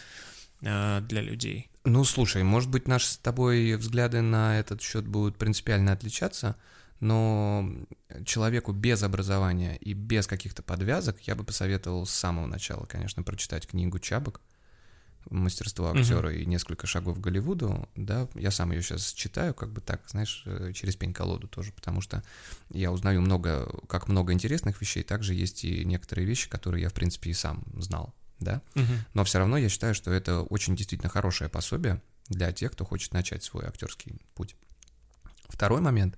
людей. Ну, слушай, может быть, наши с тобой взгляды на этот счет будут принципиально отличаться, но человеку без образования и без каких-то подвязок я бы посоветовал с самого начала, конечно, прочитать книгу Чабок «Мастерство актера» и «Несколько шагов к Голливуду». Да, я сам ее сейчас читаю, как бы так, знаешь, через пень-колоду тоже, потому что я узнаю много интересных вещей, также есть и некоторые вещи, которые я, в принципе, и сам знал. Да? Но все равно я считаю, что это очень действительно хорошее пособие для тех, кто хочет начать свой актерский путь. Второй момент.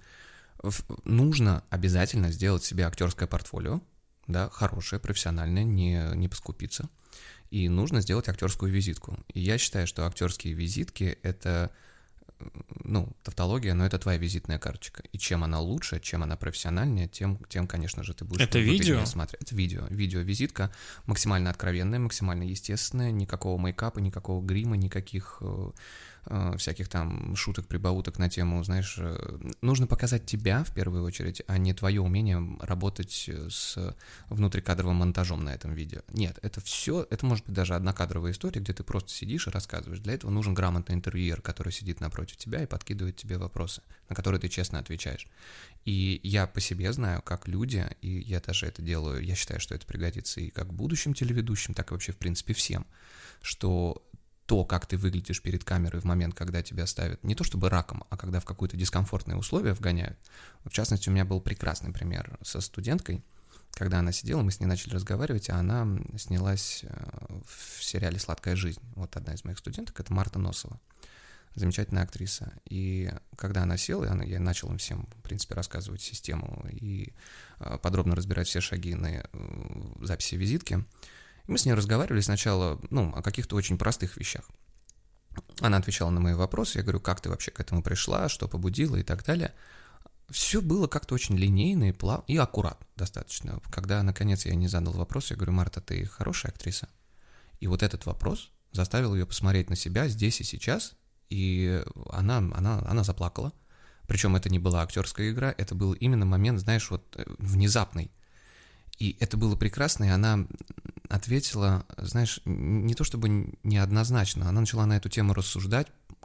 Нужно обязательно сделать себе актерское портфолио, да, хорошее, профессиональное, не поскупиться. И нужно сделать актерскую визитку. И я считаю, что актерские визитки — это, тавтология, но это твоя визитная карточка. И чем она лучше, чем она профессиональнее, тем, конечно же, ты будешь... Это видео? Смотреть. Это видео. Видеовизитка максимально откровенная, максимально естественная, никакого мейкапа, никакого грима, никаких всяких там шуток, прибауток на тему, знаешь, нужно показать тебя в первую очередь, а не твое умение работать с внутрикадровым монтажом на этом видео. Нет, это все, это может быть даже однокадровая история, где ты просто сидишь и рассказываешь. Для этого нужен грамотный интервьюер, который сидит напротив тебя и подкидывает тебе вопросы, на которые ты честно отвечаешь. И я по себе знаю, как люди, и я даже это делаю, я считаю, что это пригодится и как будущим телеведущим, так и вообще, в принципе, всем, что то, как ты выглядишь перед камерой в момент, когда тебя ставят, не то чтобы раком, а когда в какое-то дискомфортное условие вгоняют. В частности, у меня был прекрасный пример со студенткой, когда она сидела, мы с ней начали разговаривать, а она снялась в сериале «Сладкая жизнь». Вот одна из моих студенток — это Марта Носова, замечательная актриса. И когда она села, я начал им всем, в принципе, рассказывать систему и подробно разбирать все шаги на записи визитки. Мы с ней разговаривали сначала, о каких-то очень простых вещах. Она отвечала на мои вопросы, я говорю, как ты вообще к этому пришла, что побудило и так далее. Все было как-то очень линейно и плавно, и аккуратно достаточно. Когда, наконец, я не задал вопрос, я говорю, Марта, ты хорошая актриса? И вот этот вопрос заставил ее посмотреть на себя здесь и сейчас, и она заплакала. Причем это не была актерская игра, это был именно момент, знаешь, вот внезапный. И это было прекрасно, и она ответила, знаешь, не то чтобы неоднозначно, она начала на эту тему рассуждать,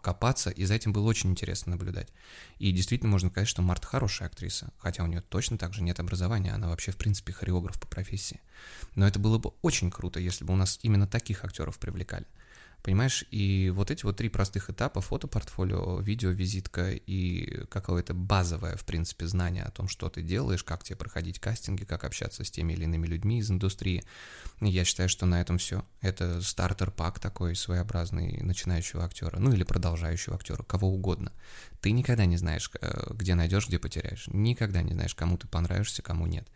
копаться, и за этим было очень интересно наблюдать. И действительно можно сказать, что Марта хорошая актриса, хотя у нее точно так же нет образования, она вообще, в принципе, хореограф по профессии. Но это было бы очень круто, если бы у нас именно таких актеров привлекали. Понимаешь, и вот эти вот 3 простых этапа: фотопортфолио, видеовизитка и какое-то базовое, в принципе, знание о том, что ты делаешь, как тебе проходить кастинги, как общаться с теми или иными людьми из индустрии. Я считаю, что на этом все. Это стартер-пак такой своеобразный начинающего актера, ну или продолжающего актера, кого угодно. Ты никогда не знаешь, где найдешь, где потеряешь. Никогда не знаешь, кому ты понравишься, кому нет.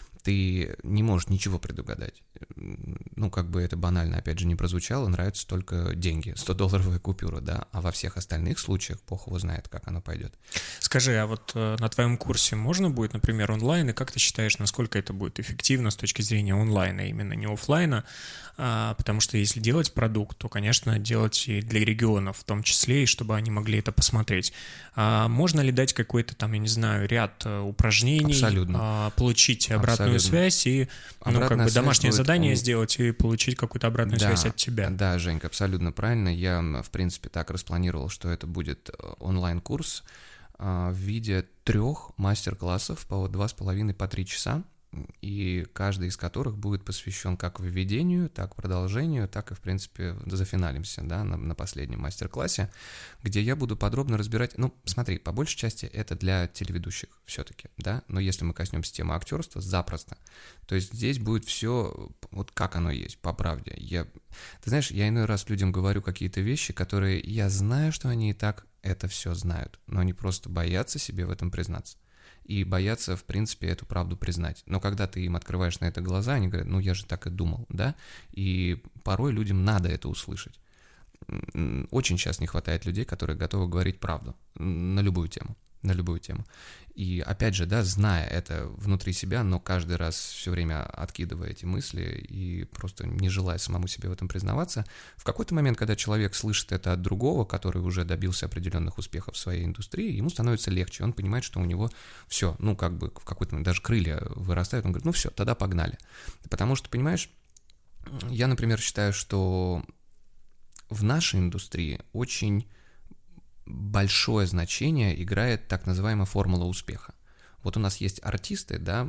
Ты не можешь ничего предугадать. Ну, как бы это банально, опять же, не прозвучало, нравятся только деньги, 100-долларовая купюра, да, а во всех остальных случаях бог его знает, как оно пойдет. Скажи, а вот на твоем курсе можно будет, например, онлайн, и как ты считаешь, насколько это будет эффективно с точки зрения онлайна, именно не офлайна? Потому что если делать продукт, то, конечно, делать и для регионов в том числе, и чтобы они могли это посмотреть. Можно ли дать какой-то там, я не знаю, ряд упражнений, абсолютно, получить обратную связь и как бы домашнее задание сделать и получить какую-то обратную связь от тебя? Да, Женька, абсолютно правильно. Я, в принципе, так распланировал, что это будет онлайн-курс в виде 3 мастер-классов по 2,5 по 3 часа, и каждый из которых будет посвящен как введению, так продолжению, так и, в принципе, зафиналимся, да, на последнем мастер-классе, где я буду подробно разбирать, ну, смотри, по большей части это для телеведущих все-таки, да, но если мы коснемся темы актерства, запросто, то есть здесь будет все вот как оно есть, по правде. Ты знаешь, я иной раз людям говорю какие-то вещи, которые я знаю, что они и так это все знают, но они просто боятся себе в этом признаться. И боятся, в принципе, эту правду признать. Но когда ты им открываешь на это глаза, они говорят, ну я же так и думал, да? И порой людям надо это услышать. Очень сейчас не хватает людей, которые готовы говорить правду на любую тему. И опять же, да, зная это внутри себя, но каждый раз все время откидывая эти мысли и просто не желая самому себе в этом признаваться, в какой-то момент, когда человек слышит это от другого, который уже добился определенных успехов в своей индустрии, ему становится легче, он понимает, что у него все, ну, как бы в какой-то момент даже крылья вырастают, он говорит, ну все, тогда погнали. Потому что, понимаешь, я, например, считаю, что в нашей индустрии очень большое значение играет так называемая формула успеха. Вот у нас есть артисты, да,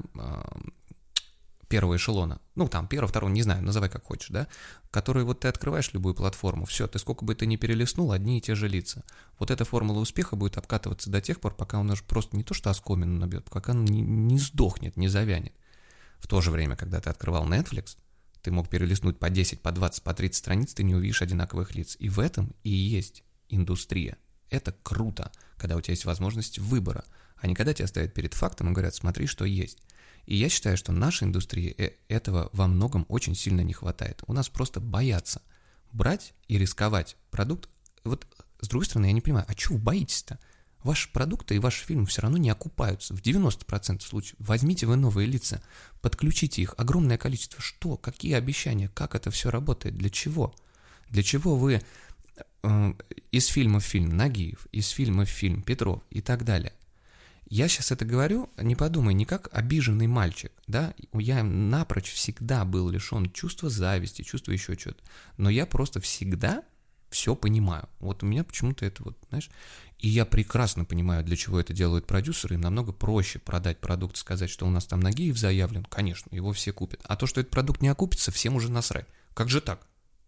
первого эшелона, ну, там, первого, второго, не знаю, называй как хочешь, да, которые вот ты открываешь любую платформу, все, ты сколько бы ты ни перелистнул, одни и те же лица. Вот эта формула успеха будет обкатываться до тех пор, пока он уже просто не то что оскомину набьет, пока он не сдохнет, не завянет. В то же время, когда ты открывал Netflix, ты мог перелистнуть по 10, по 20, по 30 страниц, ты не увидишь одинаковых лиц. И в этом и есть индустрия. Это круто, когда у тебя есть возможность выбора, а не когда тебя ставят перед фактом и говорят, смотри, что есть. И я считаю, что нашей индустрии этого во многом очень сильно не хватает. У нас просто боятся брать и рисковать продукт. Вот с другой стороны, я не понимаю, а чего вы боитесь-то? Ваши продукты и ваши фильмы все равно не окупаются. В 90% случаев возьмите вы новые лица, подключите их, огромное количество. Что? Какие обещания? Как это все работает? Для чего? Для чего вы из фильма в фильм Нагиев, из фильма в фильм Петров и так далее? Я сейчас это говорю, не подумай, не как обиженный мальчик, да, я напрочь всегда был лишен чувства зависти, чувства еще чего-то, но я просто всегда все понимаю, вот у меня почему-то это вот, знаешь, и я прекрасно понимаю, для чего это делают продюсеры, им намного проще продать продукт, сказать, что у нас там Нагиев заявлен, конечно, его все купят, а то, что этот продукт не окупится, всем уже насрать, как же так,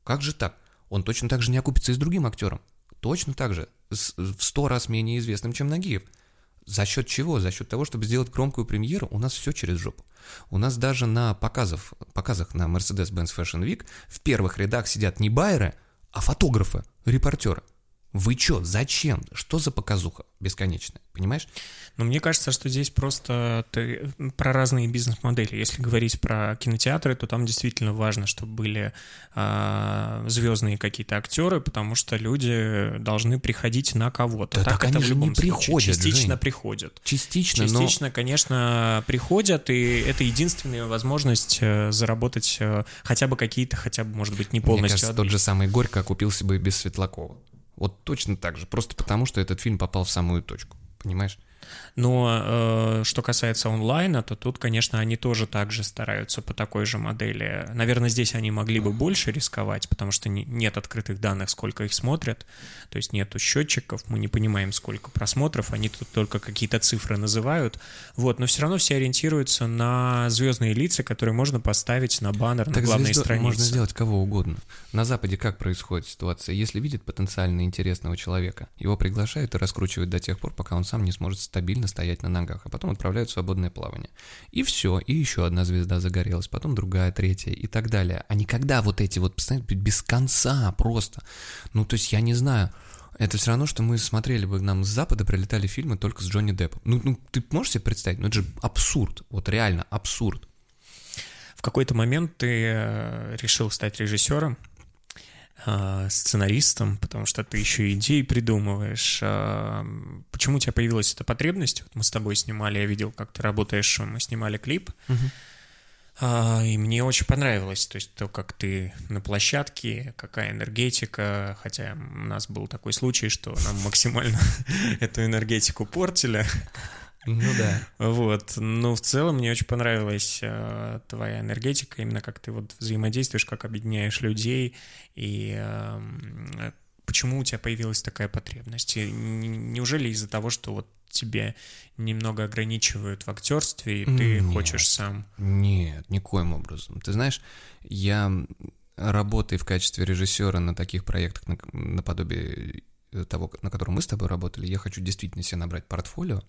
он точно так же не окупится и с другим актером, точно так же, в 100 раз менее известным, чем Нагиев. За счет чего? За счет того, чтобы сделать громкую премьеру, у нас все через жопу. У нас даже на показах на Mercedes-Benz Fashion Week в первых рядах сидят не байеры, а фотографы, репортеры. Вы чё? Зачем? Что за показуха бесконечная? Понимаешь? Но мне кажется, что здесь просто про разные бизнес-модели. Если говорить про кинотеатры, то там действительно важно, чтобы были звездные какие-то актеры, потому что люди должны приходить на кого-то. Да, так это в любом не случае. приходят, Частично Жень. приходят. Частично, конечно, приходят, и это единственная возможность заработать хотя бы, может быть, не полностью. Мне кажется, тот же самый Горько окупился бы и без Светлакова. Вот точно так же, просто потому, что этот фильм попал в самую точку, понимаешь? Но что касается онлайна, то тут, конечно, они тоже так же стараются по такой же модели. Наверное, здесь они могли бы больше рисковать, потому что нет открытых данных, сколько их смотрят, то есть нету счетчиков, мы не понимаем, сколько просмотров, они тут только какие-то цифры называют, вот, но все равно все ориентируются на звездные лица, которые можно поставить на баннер, на главной странице. Можно сделать кого угодно. На Западе как происходит ситуация? Если видят потенциально интересного человека, его приглашают и раскручивают до тех пор, пока он сам не сможет стабильно стоять на ногах, а потом отправляют в свободное плавание. И все, и еще одна звезда загорелась, потом другая, третья и так далее. А никогда вот эти вот, постоянно без конца просто. Ну, то есть, я не знаю, это все равно, что мы смотрели бы, нам с Запада прилетали фильмы только с Джонни Деппом. Ну ты можешь себе представить? Ну, это же абсурд, вот реально абсурд. В какой-то момент ты решил стать режиссером, сценаристом, потому что ты еще идеи придумываешь. Почему у тебя появилась эта потребность? Вот мы с тобой снимали, я видел, как ты работаешь, мы снимали клип, и мне очень понравилось, то есть то, как ты на площадке, какая энергетика, хотя у нас был такой случай, что нам максимально эту энергетику портили. Ну да. Вот, но в целом мне очень понравилась твоя энергетика, именно как ты вот взаимодействуешь, как объединяешь людей, и почему у тебя появилась такая потребность? И неужели из-за того, что вот тебя немного ограничивают в актерстве, и ты хочешь сам? Нет, никоим образом. Ты знаешь, я работаю в качестве режиссера на таких проектах, наподобие того, на котором мы с тобой работали, я хочу действительно себе набрать портфолио.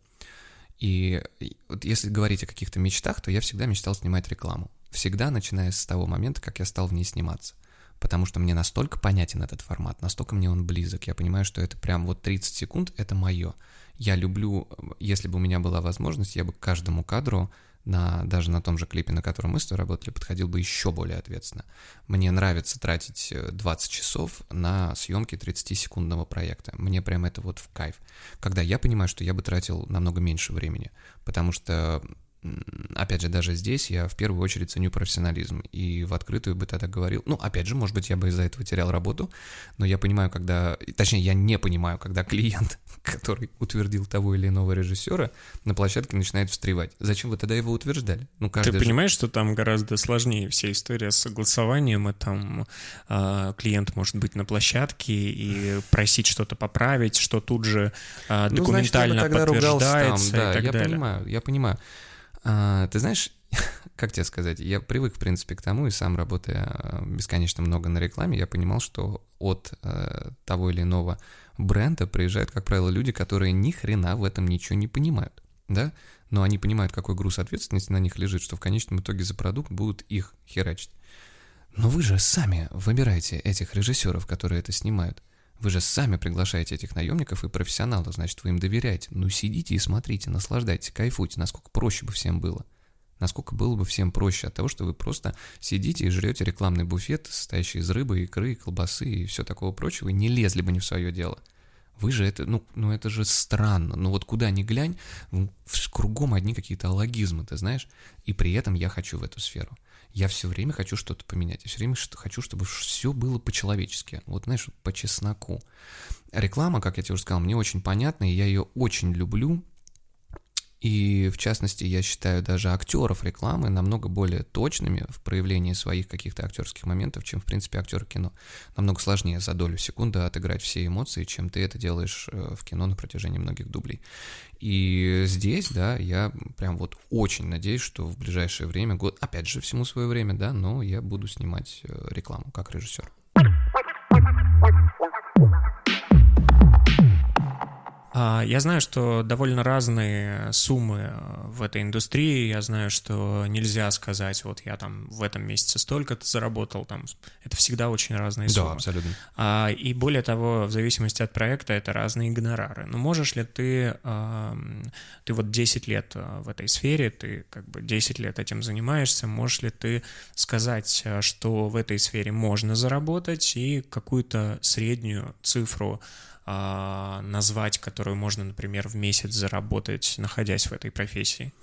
И вот если говорить о каких-то мечтах, то я всегда мечтал снимать рекламу. Всегда, начиная с того момента, как я стал в ней сниматься. Потому что мне настолько понятен этот формат, настолько мне он близок. Я понимаю, что это прям вот 30 секунд — это мое. Я люблю, если бы у меня была возможность, я бы к каждому кадру, даже на том же клипе, на котором мы с тобой работали, подходил бы еще более ответственно. Мне нравится тратить 20 часов на съемки 30-секундного проекта. Мне прям это вот в кайф. Когда я понимаю, что я бы тратил намного меньше времени, потому что, опять же, даже здесь я в первую очередь ценю профессионализм, и в открытую бы тогда говорил, ну, опять же, может быть, я бы из-за этого терял работу, но я понимаю, точнее, я не понимаю, когда клиент, который утвердил того или иного режиссера, на площадке начинает встревать. Зачем вы тогда его утверждали? Ну, Ты понимаешь, что там гораздо сложнее вся история с согласованием, и там клиент может быть на площадке и просить что-то поправить, что тут же документально подтверждается там, да, и так далее. Я понимаю. Ты знаешь, как тебе сказать, я привык, в принципе, к тому, и сам, работая бесконечно много на рекламе, я понимал, что от того или иного бренда приезжают, как правило, люди, которые ни хрена в этом ничего не понимают, да, но они понимают, какой груз ответственности на них лежит, что в конечном итоге за продукт будут их херачить. Но вы же сами выбираете этих режиссеров, которые это снимают. Вы же сами приглашаете этих наемников и профессионалов, значит, вы им доверяете. Ну, сидите и смотрите, наслаждайтесь, кайфуйте, насколько проще бы всем было. Насколько было бы всем проще от того, что вы просто сидите и жрете рекламный буфет, состоящий из рыбы, икры, колбасы и все такого прочего, и не лезли бы не в свое дело. Вы же это, ну это же странно. Ну вот куда ни глянь, кругом одни какие-то алогизмы, ты знаешь, и при этом я хочу в эту сферу. Я все время хочу что-то поменять, я все время хочу, чтобы все было по-человечески, вот знаешь, по чесноку. Реклама, как я тебе уже сказал, мне очень понятна, и я ее очень люблю. И, в частности, я считаю даже актеров рекламы намного более точными в проявлении своих каких-то актерских моментов, чем, в принципе, актеры кино. Намного сложнее за долю секунды отыграть все эмоции, чем ты это делаешь в кино на протяжении многих дублей. И здесь, да, я прям вот очень надеюсь, что в ближайшее время, год, опять же, всему свое время, да, но я буду снимать рекламу как режиссер. Я знаю, что довольно разные суммы в этой индустрии. Я знаю, что нельзя сказать, вот я там в этом месяце столько-то заработал. Там, это всегда очень разные суммы. Да, абсолютно. И более того, в зависимости от проекта, это разные гонорары. Но можешь ли ты вот 10 лет в этой сфере, ты как бы 10 лет этим занимаешься, можешь ли ты сказать, что в этой сфере можно заработать и какую-то среднюю цифру назвать, которую можно, например, в месяц заработать, находясь в этой профессии?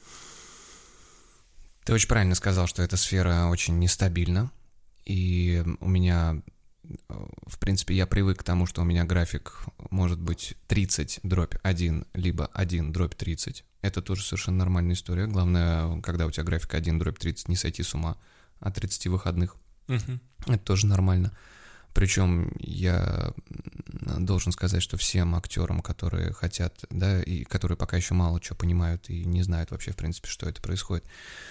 Ты очень правильно сказал, что эта сфера очень нестабильна, и у меня в принципе, я привык к тому, что у меня график может быть 30/1, либо 1/30. Это тоже совершенно нормальная история. Главное, когда у тебя график 1/30, не сойти с ума от 30 выходных. Это тоже нормально. Причем я должен сказать, что всем актерам, которые хотят, да, и которые пока еще мало чего понимают и не знают вообще, в принципе, что это происходит,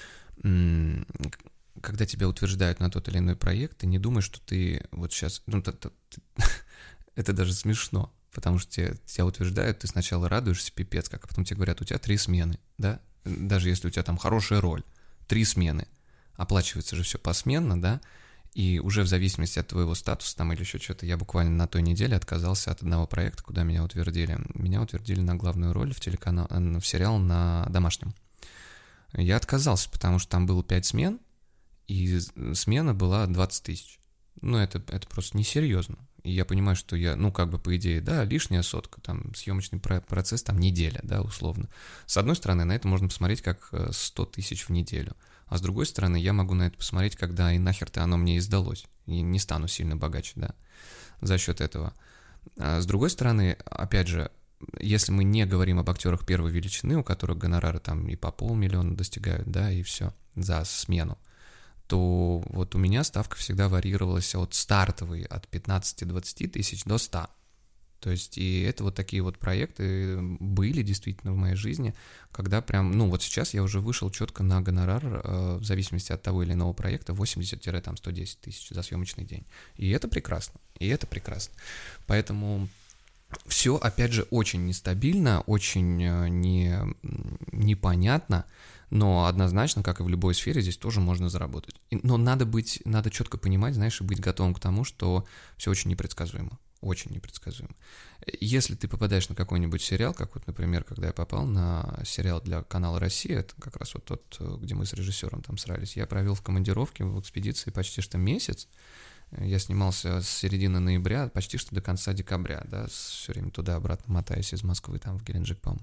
когда тебя утверждают на тот или иной проект, ты не думаешь, что ты вот сейчас... Ну, это даже смешно, потому что тебя утверждают, ты сначала радуешься, пипец как, а потом тебе говорят, у тебя 3 смены, да? Даже если у тебя там хорошая роль, 3 смены. Оплачивается же все посменно, да? И уже в зависимости от твоего статуса там или еще что-то, я буквально на той неделе отказался от одного проекта, куда меня утвердили. Меня утвердили на главную роль в сериал на домашнем. Я отказался, потому что там было 5 смен, и смена была 20 тысяч. Ну, это просто несерьезно. И я понимаю, что я, ну, как бы, по идее, да, лишняя сотка, там, съемочный процесс, там, неделя, да, условно. С одной стороны, на это можно посмотреть как 100 тысяч в неделю. А с другой стороны, я могу на это посмотреть, когда и нахер-то оно мне и сдалось. И не стану сильно богаче, да, за счет этого. А с другой стороны, опять же, если мы не говорим об актерах первой величины, у которых гонорары там и по 500 000 достигают, да, и все, за смену, то вот у меня ставка всегда варьировалась от стартовой, от 15-20 тысяч до 100. То есть, и это вот такие вот проекты были действительно в моей жизни, когда прям, ну вот сейчас я уже вышел четко на гонорар, в зависимости от того или иного проекта, 80-110 тысяч за съемочный день. И это прекрасно, Поэтому все, опять же, очень нестабильно, очень непонятно, но однозначно, как и в любой сфере, здесь тоже можно заработать. Но надо четко понимать, знаешь, и быть готовым к тому, что все очень непредсказуемо. Очень непредсказуемо. Если ты попадаешь на какой-нибудь сериал, как вот, например, когда я попал на сериал для канала «Россия», это как раз вот тот, где мы с режиссером там срались, я провел в командировке, в экспедиции почти что месяц. Я снимался с середины ноября почти что до конца декабря, да, все время туда-обратно мотаясь из Москвы, там, в Геленджик, по-моему.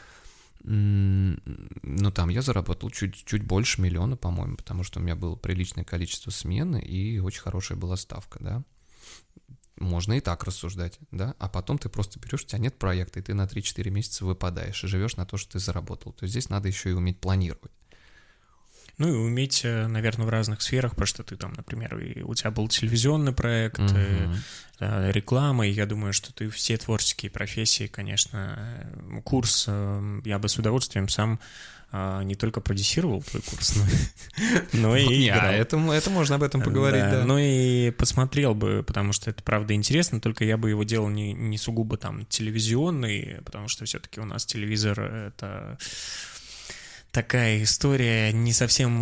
Ну, там я заработал чуть больше 1 000 000, по-моему, потому что у меня было приличное количество смены и очень хорошая была ставка, да. Можно и так рассуждать, да, а потом ты просто берешь, у тебя нет проекта, и ты на 3-4 месяца выпадаешь и живешь на то, что ты заработал. То есть здесь надо еще и уметь планировать. Ну и уметь, наверное, в разных сферах, потому что ты там, например, и у тебя был телевизионный проект, реклама, и я думаю, что ты все творческие профессии, конечно, курс я бы с удовольствием сам не только продюсировал твой курс, но и играл. Это можно об этом поговорить, да. Ну и посмотрел бы, потому что это, правда, интересно, только я бы его делал не сугубо там телевизионный, потому что все-таки у нас телевизор — это... такая история не совсем,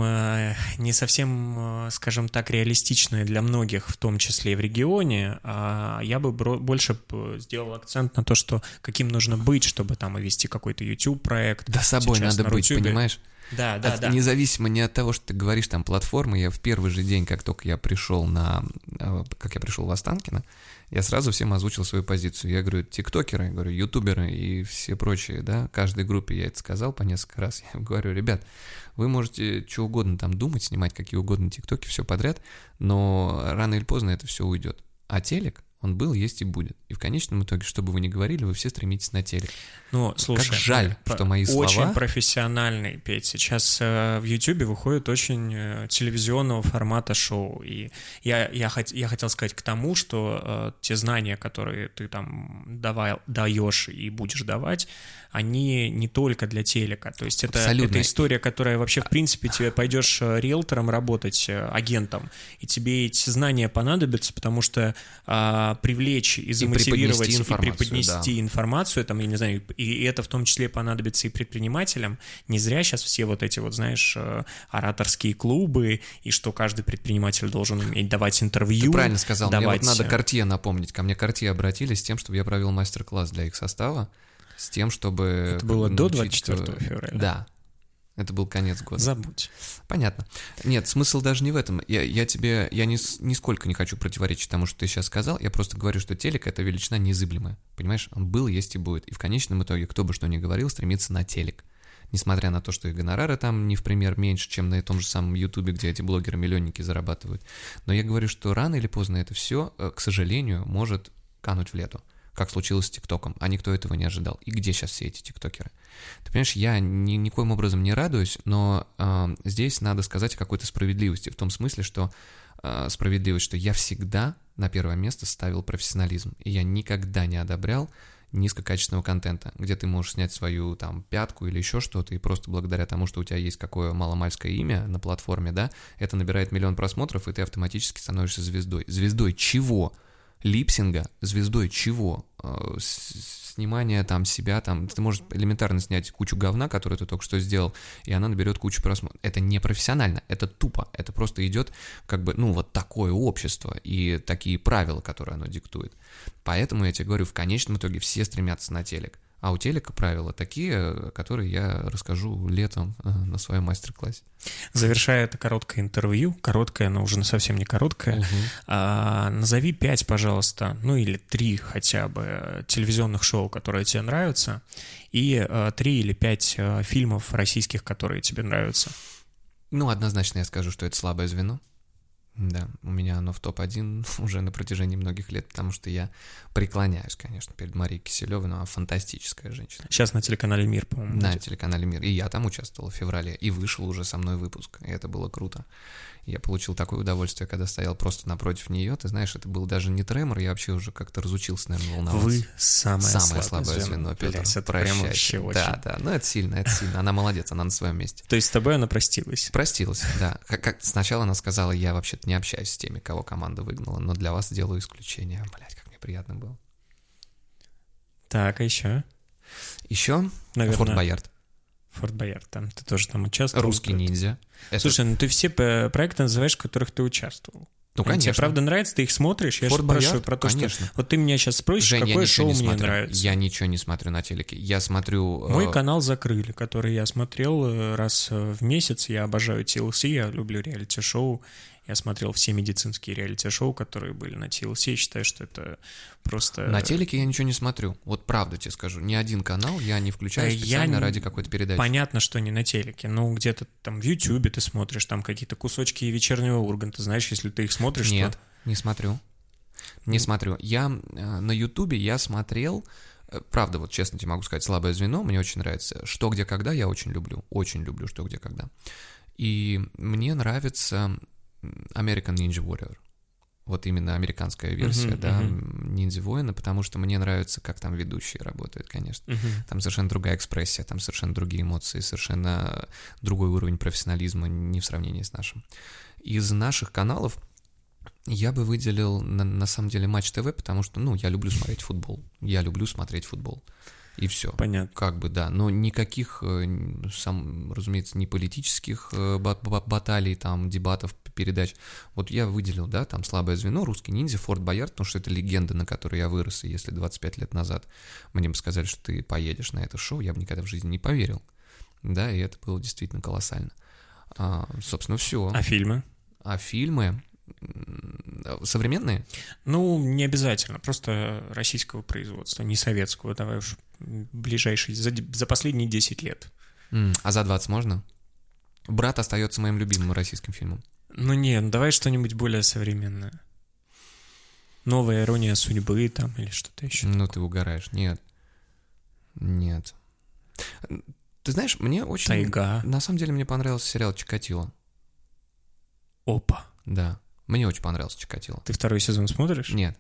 скажем так, реалистичная для многих, в том числе и в регионе. А я бы больше сделал акцент на то, что каким нужно быть, чтобы там и вести какой-то YouTube-проект. Да, собой сейчас надо быть, понимаешь? Да. Независимо не от того, что ты говоришь, там, платформы, я в первый же день, как только я пришел в Останкино, я сразу всем озвучил свою позицию. Я говорю, тиктокеры, я говорю, ютуберы и все прочие, да, каждой группе я это сказал по несколько раз. Я говорю, ребят, вы можете что угодно там думать, снимать какие угодно тиктоки, все подряд, но рано или поздно это все уйдет. А телек, он был, есть и будет. И в конечном итоге, что бы вы ни говорили, вы все стремитесь на телек. Ну, слушай, как жаль, что мои слова... Очень профессиональный, Петь. Сейчас в Ютубе выходит очень телевизионного формата шоу. И я хотел сказать к тому, что те знания, которые ты там даешь и будешь давать, они не только для телека. То есть это история, которая вообще, в принципе, тебе пойдешь риэлтором работать, агентом, и тебе эти знания понадобятся, потому что привлечь и замотивировать и преподнести информацию, там, я не знаю, и это в том числе понадобится и предпринимателям. Не зря сейчас все вот эти вот, знаешь, ораторские клубы, и что каждый предприниматель должен уметь давать интервью. Ты правильно сказал, мне вот надо Cartier напомнить. Ко мне Cartier обратились с тем, чтобы я провел мастер-класс для их состава, с тем, чтобы... Это было до 24 февраля? Да. Это был конец года. Забудь. Понятно. Нет, смысл даже не в этом. Я нисколько не хочу противоречить тому, что ты сейчас сказал. Я просто говорю, что телек — это величина неизыблемая. Понимаешь? Он был, есть и будет. И в конечном итоге, кто бы что ни говорил, стремится на телек. несмотря на то, что и гонорары там не в пример меньше, чем на том же самом Ютубе, где эти блогеры-миллионники зарабатывают. Но я говорю, что рано или поздно это все, к сожалению, может кануть в лету, как случилось с ТикТоком, а никто этого не ожидал. И где сейчас все эти тиктокеры? Ты понимаешь, я никоим образом не радуюсь, но здесь надо сказать о какой-то справедливости, в том смысле, что справедливость, что я всегда на первое место ставил профессионализм, и я никогда не одобрял низкокачественного контента, где ты можешь снять свою там пятку или еще что-то, и просто благодаря тому, что у тебя есть какое маломальское имя на платформе, да, это набирает 1 миллион просмотров, и ты автоматически становишься звездой. Звездой чего? Липсинга? Звездой чего? Снимание там себя, там, ты можешь элементарно снять кучу говна, которую ты только что сделал, и она наберет кучу просмотров. Это не профессионально, это тупо, это просто идет как бы, ну, вот такое общество и такие правила, которые оно диктует. Поэтому я тебе говорю, в конечном итоге все стремятся на телек. А у телека правила такие, которые я расскажу летом на своем мастер-классе. Завершая это короткое интервью, короткое, но уже совсем не короткое, назови 5, пожалуйста, ну или 3 хотя бы телевизионных шоу, которые тебе нравятся, и 3 или 5 фильмов российских, которые тебе нравятся. Ну, однозначно я скажу, что это «Слабое звено». Да, у меня оно в топ-1 уже на протяжении многих лет, потому что я преклоняюсь, конечно, перед Марией Киселевой, но она фантастическая женщина. Сейчас на телеканале «Мир», по-моему. На телеканале «Мир». И я там участвовал в феврале, и вышел уже со мной выпуск, и это было круто. Я получил такое удовольствие, когда стоял просто напротив нее. Ты знаешь, это был даже не тремор, я вообще уже как-то разучился, наверное, волноваться. Вы самое слабое звено, Петр. Это прям вообще очень... Да, ну это сильно. Она молодец, она на своем месте. То есть с тобой она простилась? Простилась, да. Сначала она сказала, я вообще-то не общаюсь с теми, кого команда выгнала, но для вас сделаю исключение. Блядь, как мне приятно было. Так, а еще? Еще? Наверное... Форт Боярд. Форт Боярд, там ты тоже там участвовал. «Русский ниндзя». Слушай, ну ты все проекты называешь, в которых ты участвовал. Ну, конечно. Тебе правда нравится, ты их смотришь? Я же спрашиваю про то, конечно. что... Вот ты меня сейчас спросишь, Жень, какое шоу мне нравится. Я ничего не смотрю на телеке. Я смотрю... Мой канал закрыли, который я смотрел раз в месяц. Я обожаю TLC, я люблю реалити-шоу. Я смотрел все медицинские реалити-шоу, которые были на TLC, и считаю, что это просто... На телеке я ничего не смотрю. Вот правда тебе скажу. Ни один канал я не включаю специально ради какой-то передачи. Понятно, что не на телеке. Ну, где-то там в Ютубе ты смотришь, там какие-то кусочки вечернего Урганта. Знаешь, если ты их смотришь, Нет, не смотрю. Не смотрю. Я на Ютубе я смотрел... Правда, вот честно тебе могу сказать, «Слабое звено» мне очень нравится. «Что, где, когда» я очень люблю. Очень люблю «Что, где, когда». И мне нравится... American Ninja Warrior. Вот именно американская версия, Ниндзя Воина, потому что мне нравится, как там ведущие работают, конечно. Там совершенно другая экспрессия, там совершенно другие эмоции, совершенно другой уровень профессионализма, не в сравнении с нашим. Из наших каналов я бы выделил, на самом деле, Матч ТВ, потому что, ну, я люблю смотреть футбол. Я люблю смотреть футбол. И все. Понятно. Как бы, да. Но никаких, разумеется, не политических баталий, там, дебатов, передач. Вот я выделил, да, там «Слабое звено», «Русский ниндзя», «Форт Боярд», потому что это легенда, на которой я вырос, и если 25 лет назад мне бы сказали, что ты поедешь на это шоу, я бы никогда в жизни не поверил. Да, и это было действительно колоссально. Собственно, все. А фильмы? А фильмы... Современные? Ну, не обязательно, просто российского производства, не советского, давай уж ближайшие, за последние 10 лет. А за 20 можно? «Брат» остается моим любимым российским фильмом. Ну нет, давай что-нибудь более современное. «Новая ирония судьбы» там или что-то еще. Ну ты угораешь, нет. Нет. Ты знаешь, мне очень... «Тайга». На самом деле мне понравился сериал «Чикатило». Опа. Да. Мне очень понравился «Чикатило». Ты второй сезон смотришь? Нет.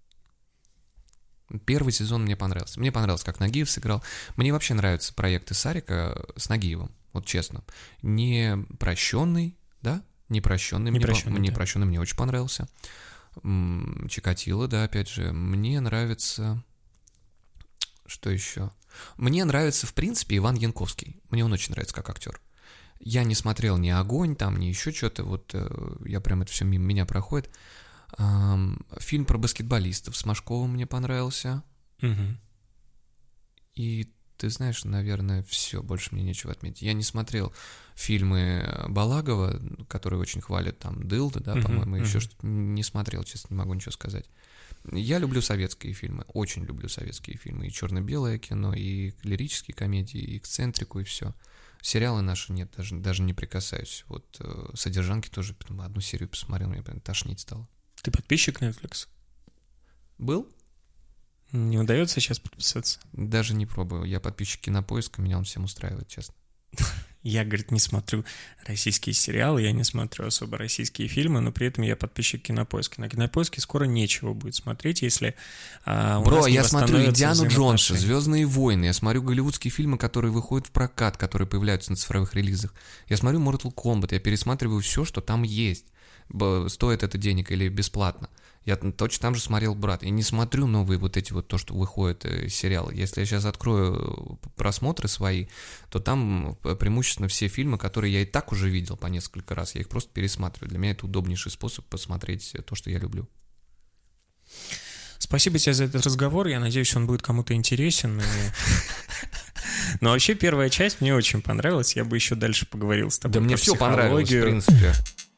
Первый сезон мне понравился. Мне понравилось, как Нагиев сыграл. Мне вообще нравятся проекты Сарика с Нагиевым, вот честно. «Непрощенный», да? «Непрощенный». «Непрощенный» мне очень понравился. «Чикатило», да, опять же. Мне нравится... Что еще? Мне нравится, в принципе, Иван Янковский. Мне он очень нравится как актер. Я не смотрел ни «Огонь», там, ни еще что-то, вот я прям это все мимо меня проходит. Фильм про баскетболистов с Машковым мне понравился. Угу. И Ты знаешь, наверное, все, больше мне нечего отметить. Я не смотрел фильмы Балагова, которые очень хвалят, там, «Дылда», да, по-моему, еще что-то не смотрел, честно, не могу ничего сказать. Я люблю советские фильмы, очень люблю советские фильмы, и черно-белое кино, и лирические комедии, и эксцентрику, и все. Сериалы наши нет, даже не прикасаюсь. Вот «Содержанки» тоже одну серию посмотрел, мне прям тошнить стало. Ты подписчик Netflix? Был? Не удается сейчас подписаться? Даже не пробую. Я подписчик Кинопоиска, меня он всем устраивает, честно. Я, говорит, не смотрю российские сериалы, я не смотрю особо российские фильмы, но при этом я подписчик Кинопоиска. На Кинопоиске скоро нечего будет смотреть, если Бро, я смотрю «Индиану Джонса», «Звездные войны», я смотрю голливудские фильмы, которые выходят в прокат, которые появляются на цифровых релизах. Я смотрю Mortal Kombat, я пересматриваю все, что там есть. Стоит это денег или бесплатно. Я точно там же смотрел «Брат». И не смотрю новые вот эти вот то, что выходит сериалы. Если я сейчас открою просмотры свои, то там преимущественно все фильмы, которые я и так уже видел по несколько раз. Я их просто пересматриваю. Для меня это удобнейший способ посмотреть то, что я люблю. Спасибо тебе за этот разговор. Я надеюсь, он будет кому-то интересен. Но вообще первая часть мне очень понравилась. Я бы еще дальше поговорил с тобой. Да мне все понравилось, в принципе.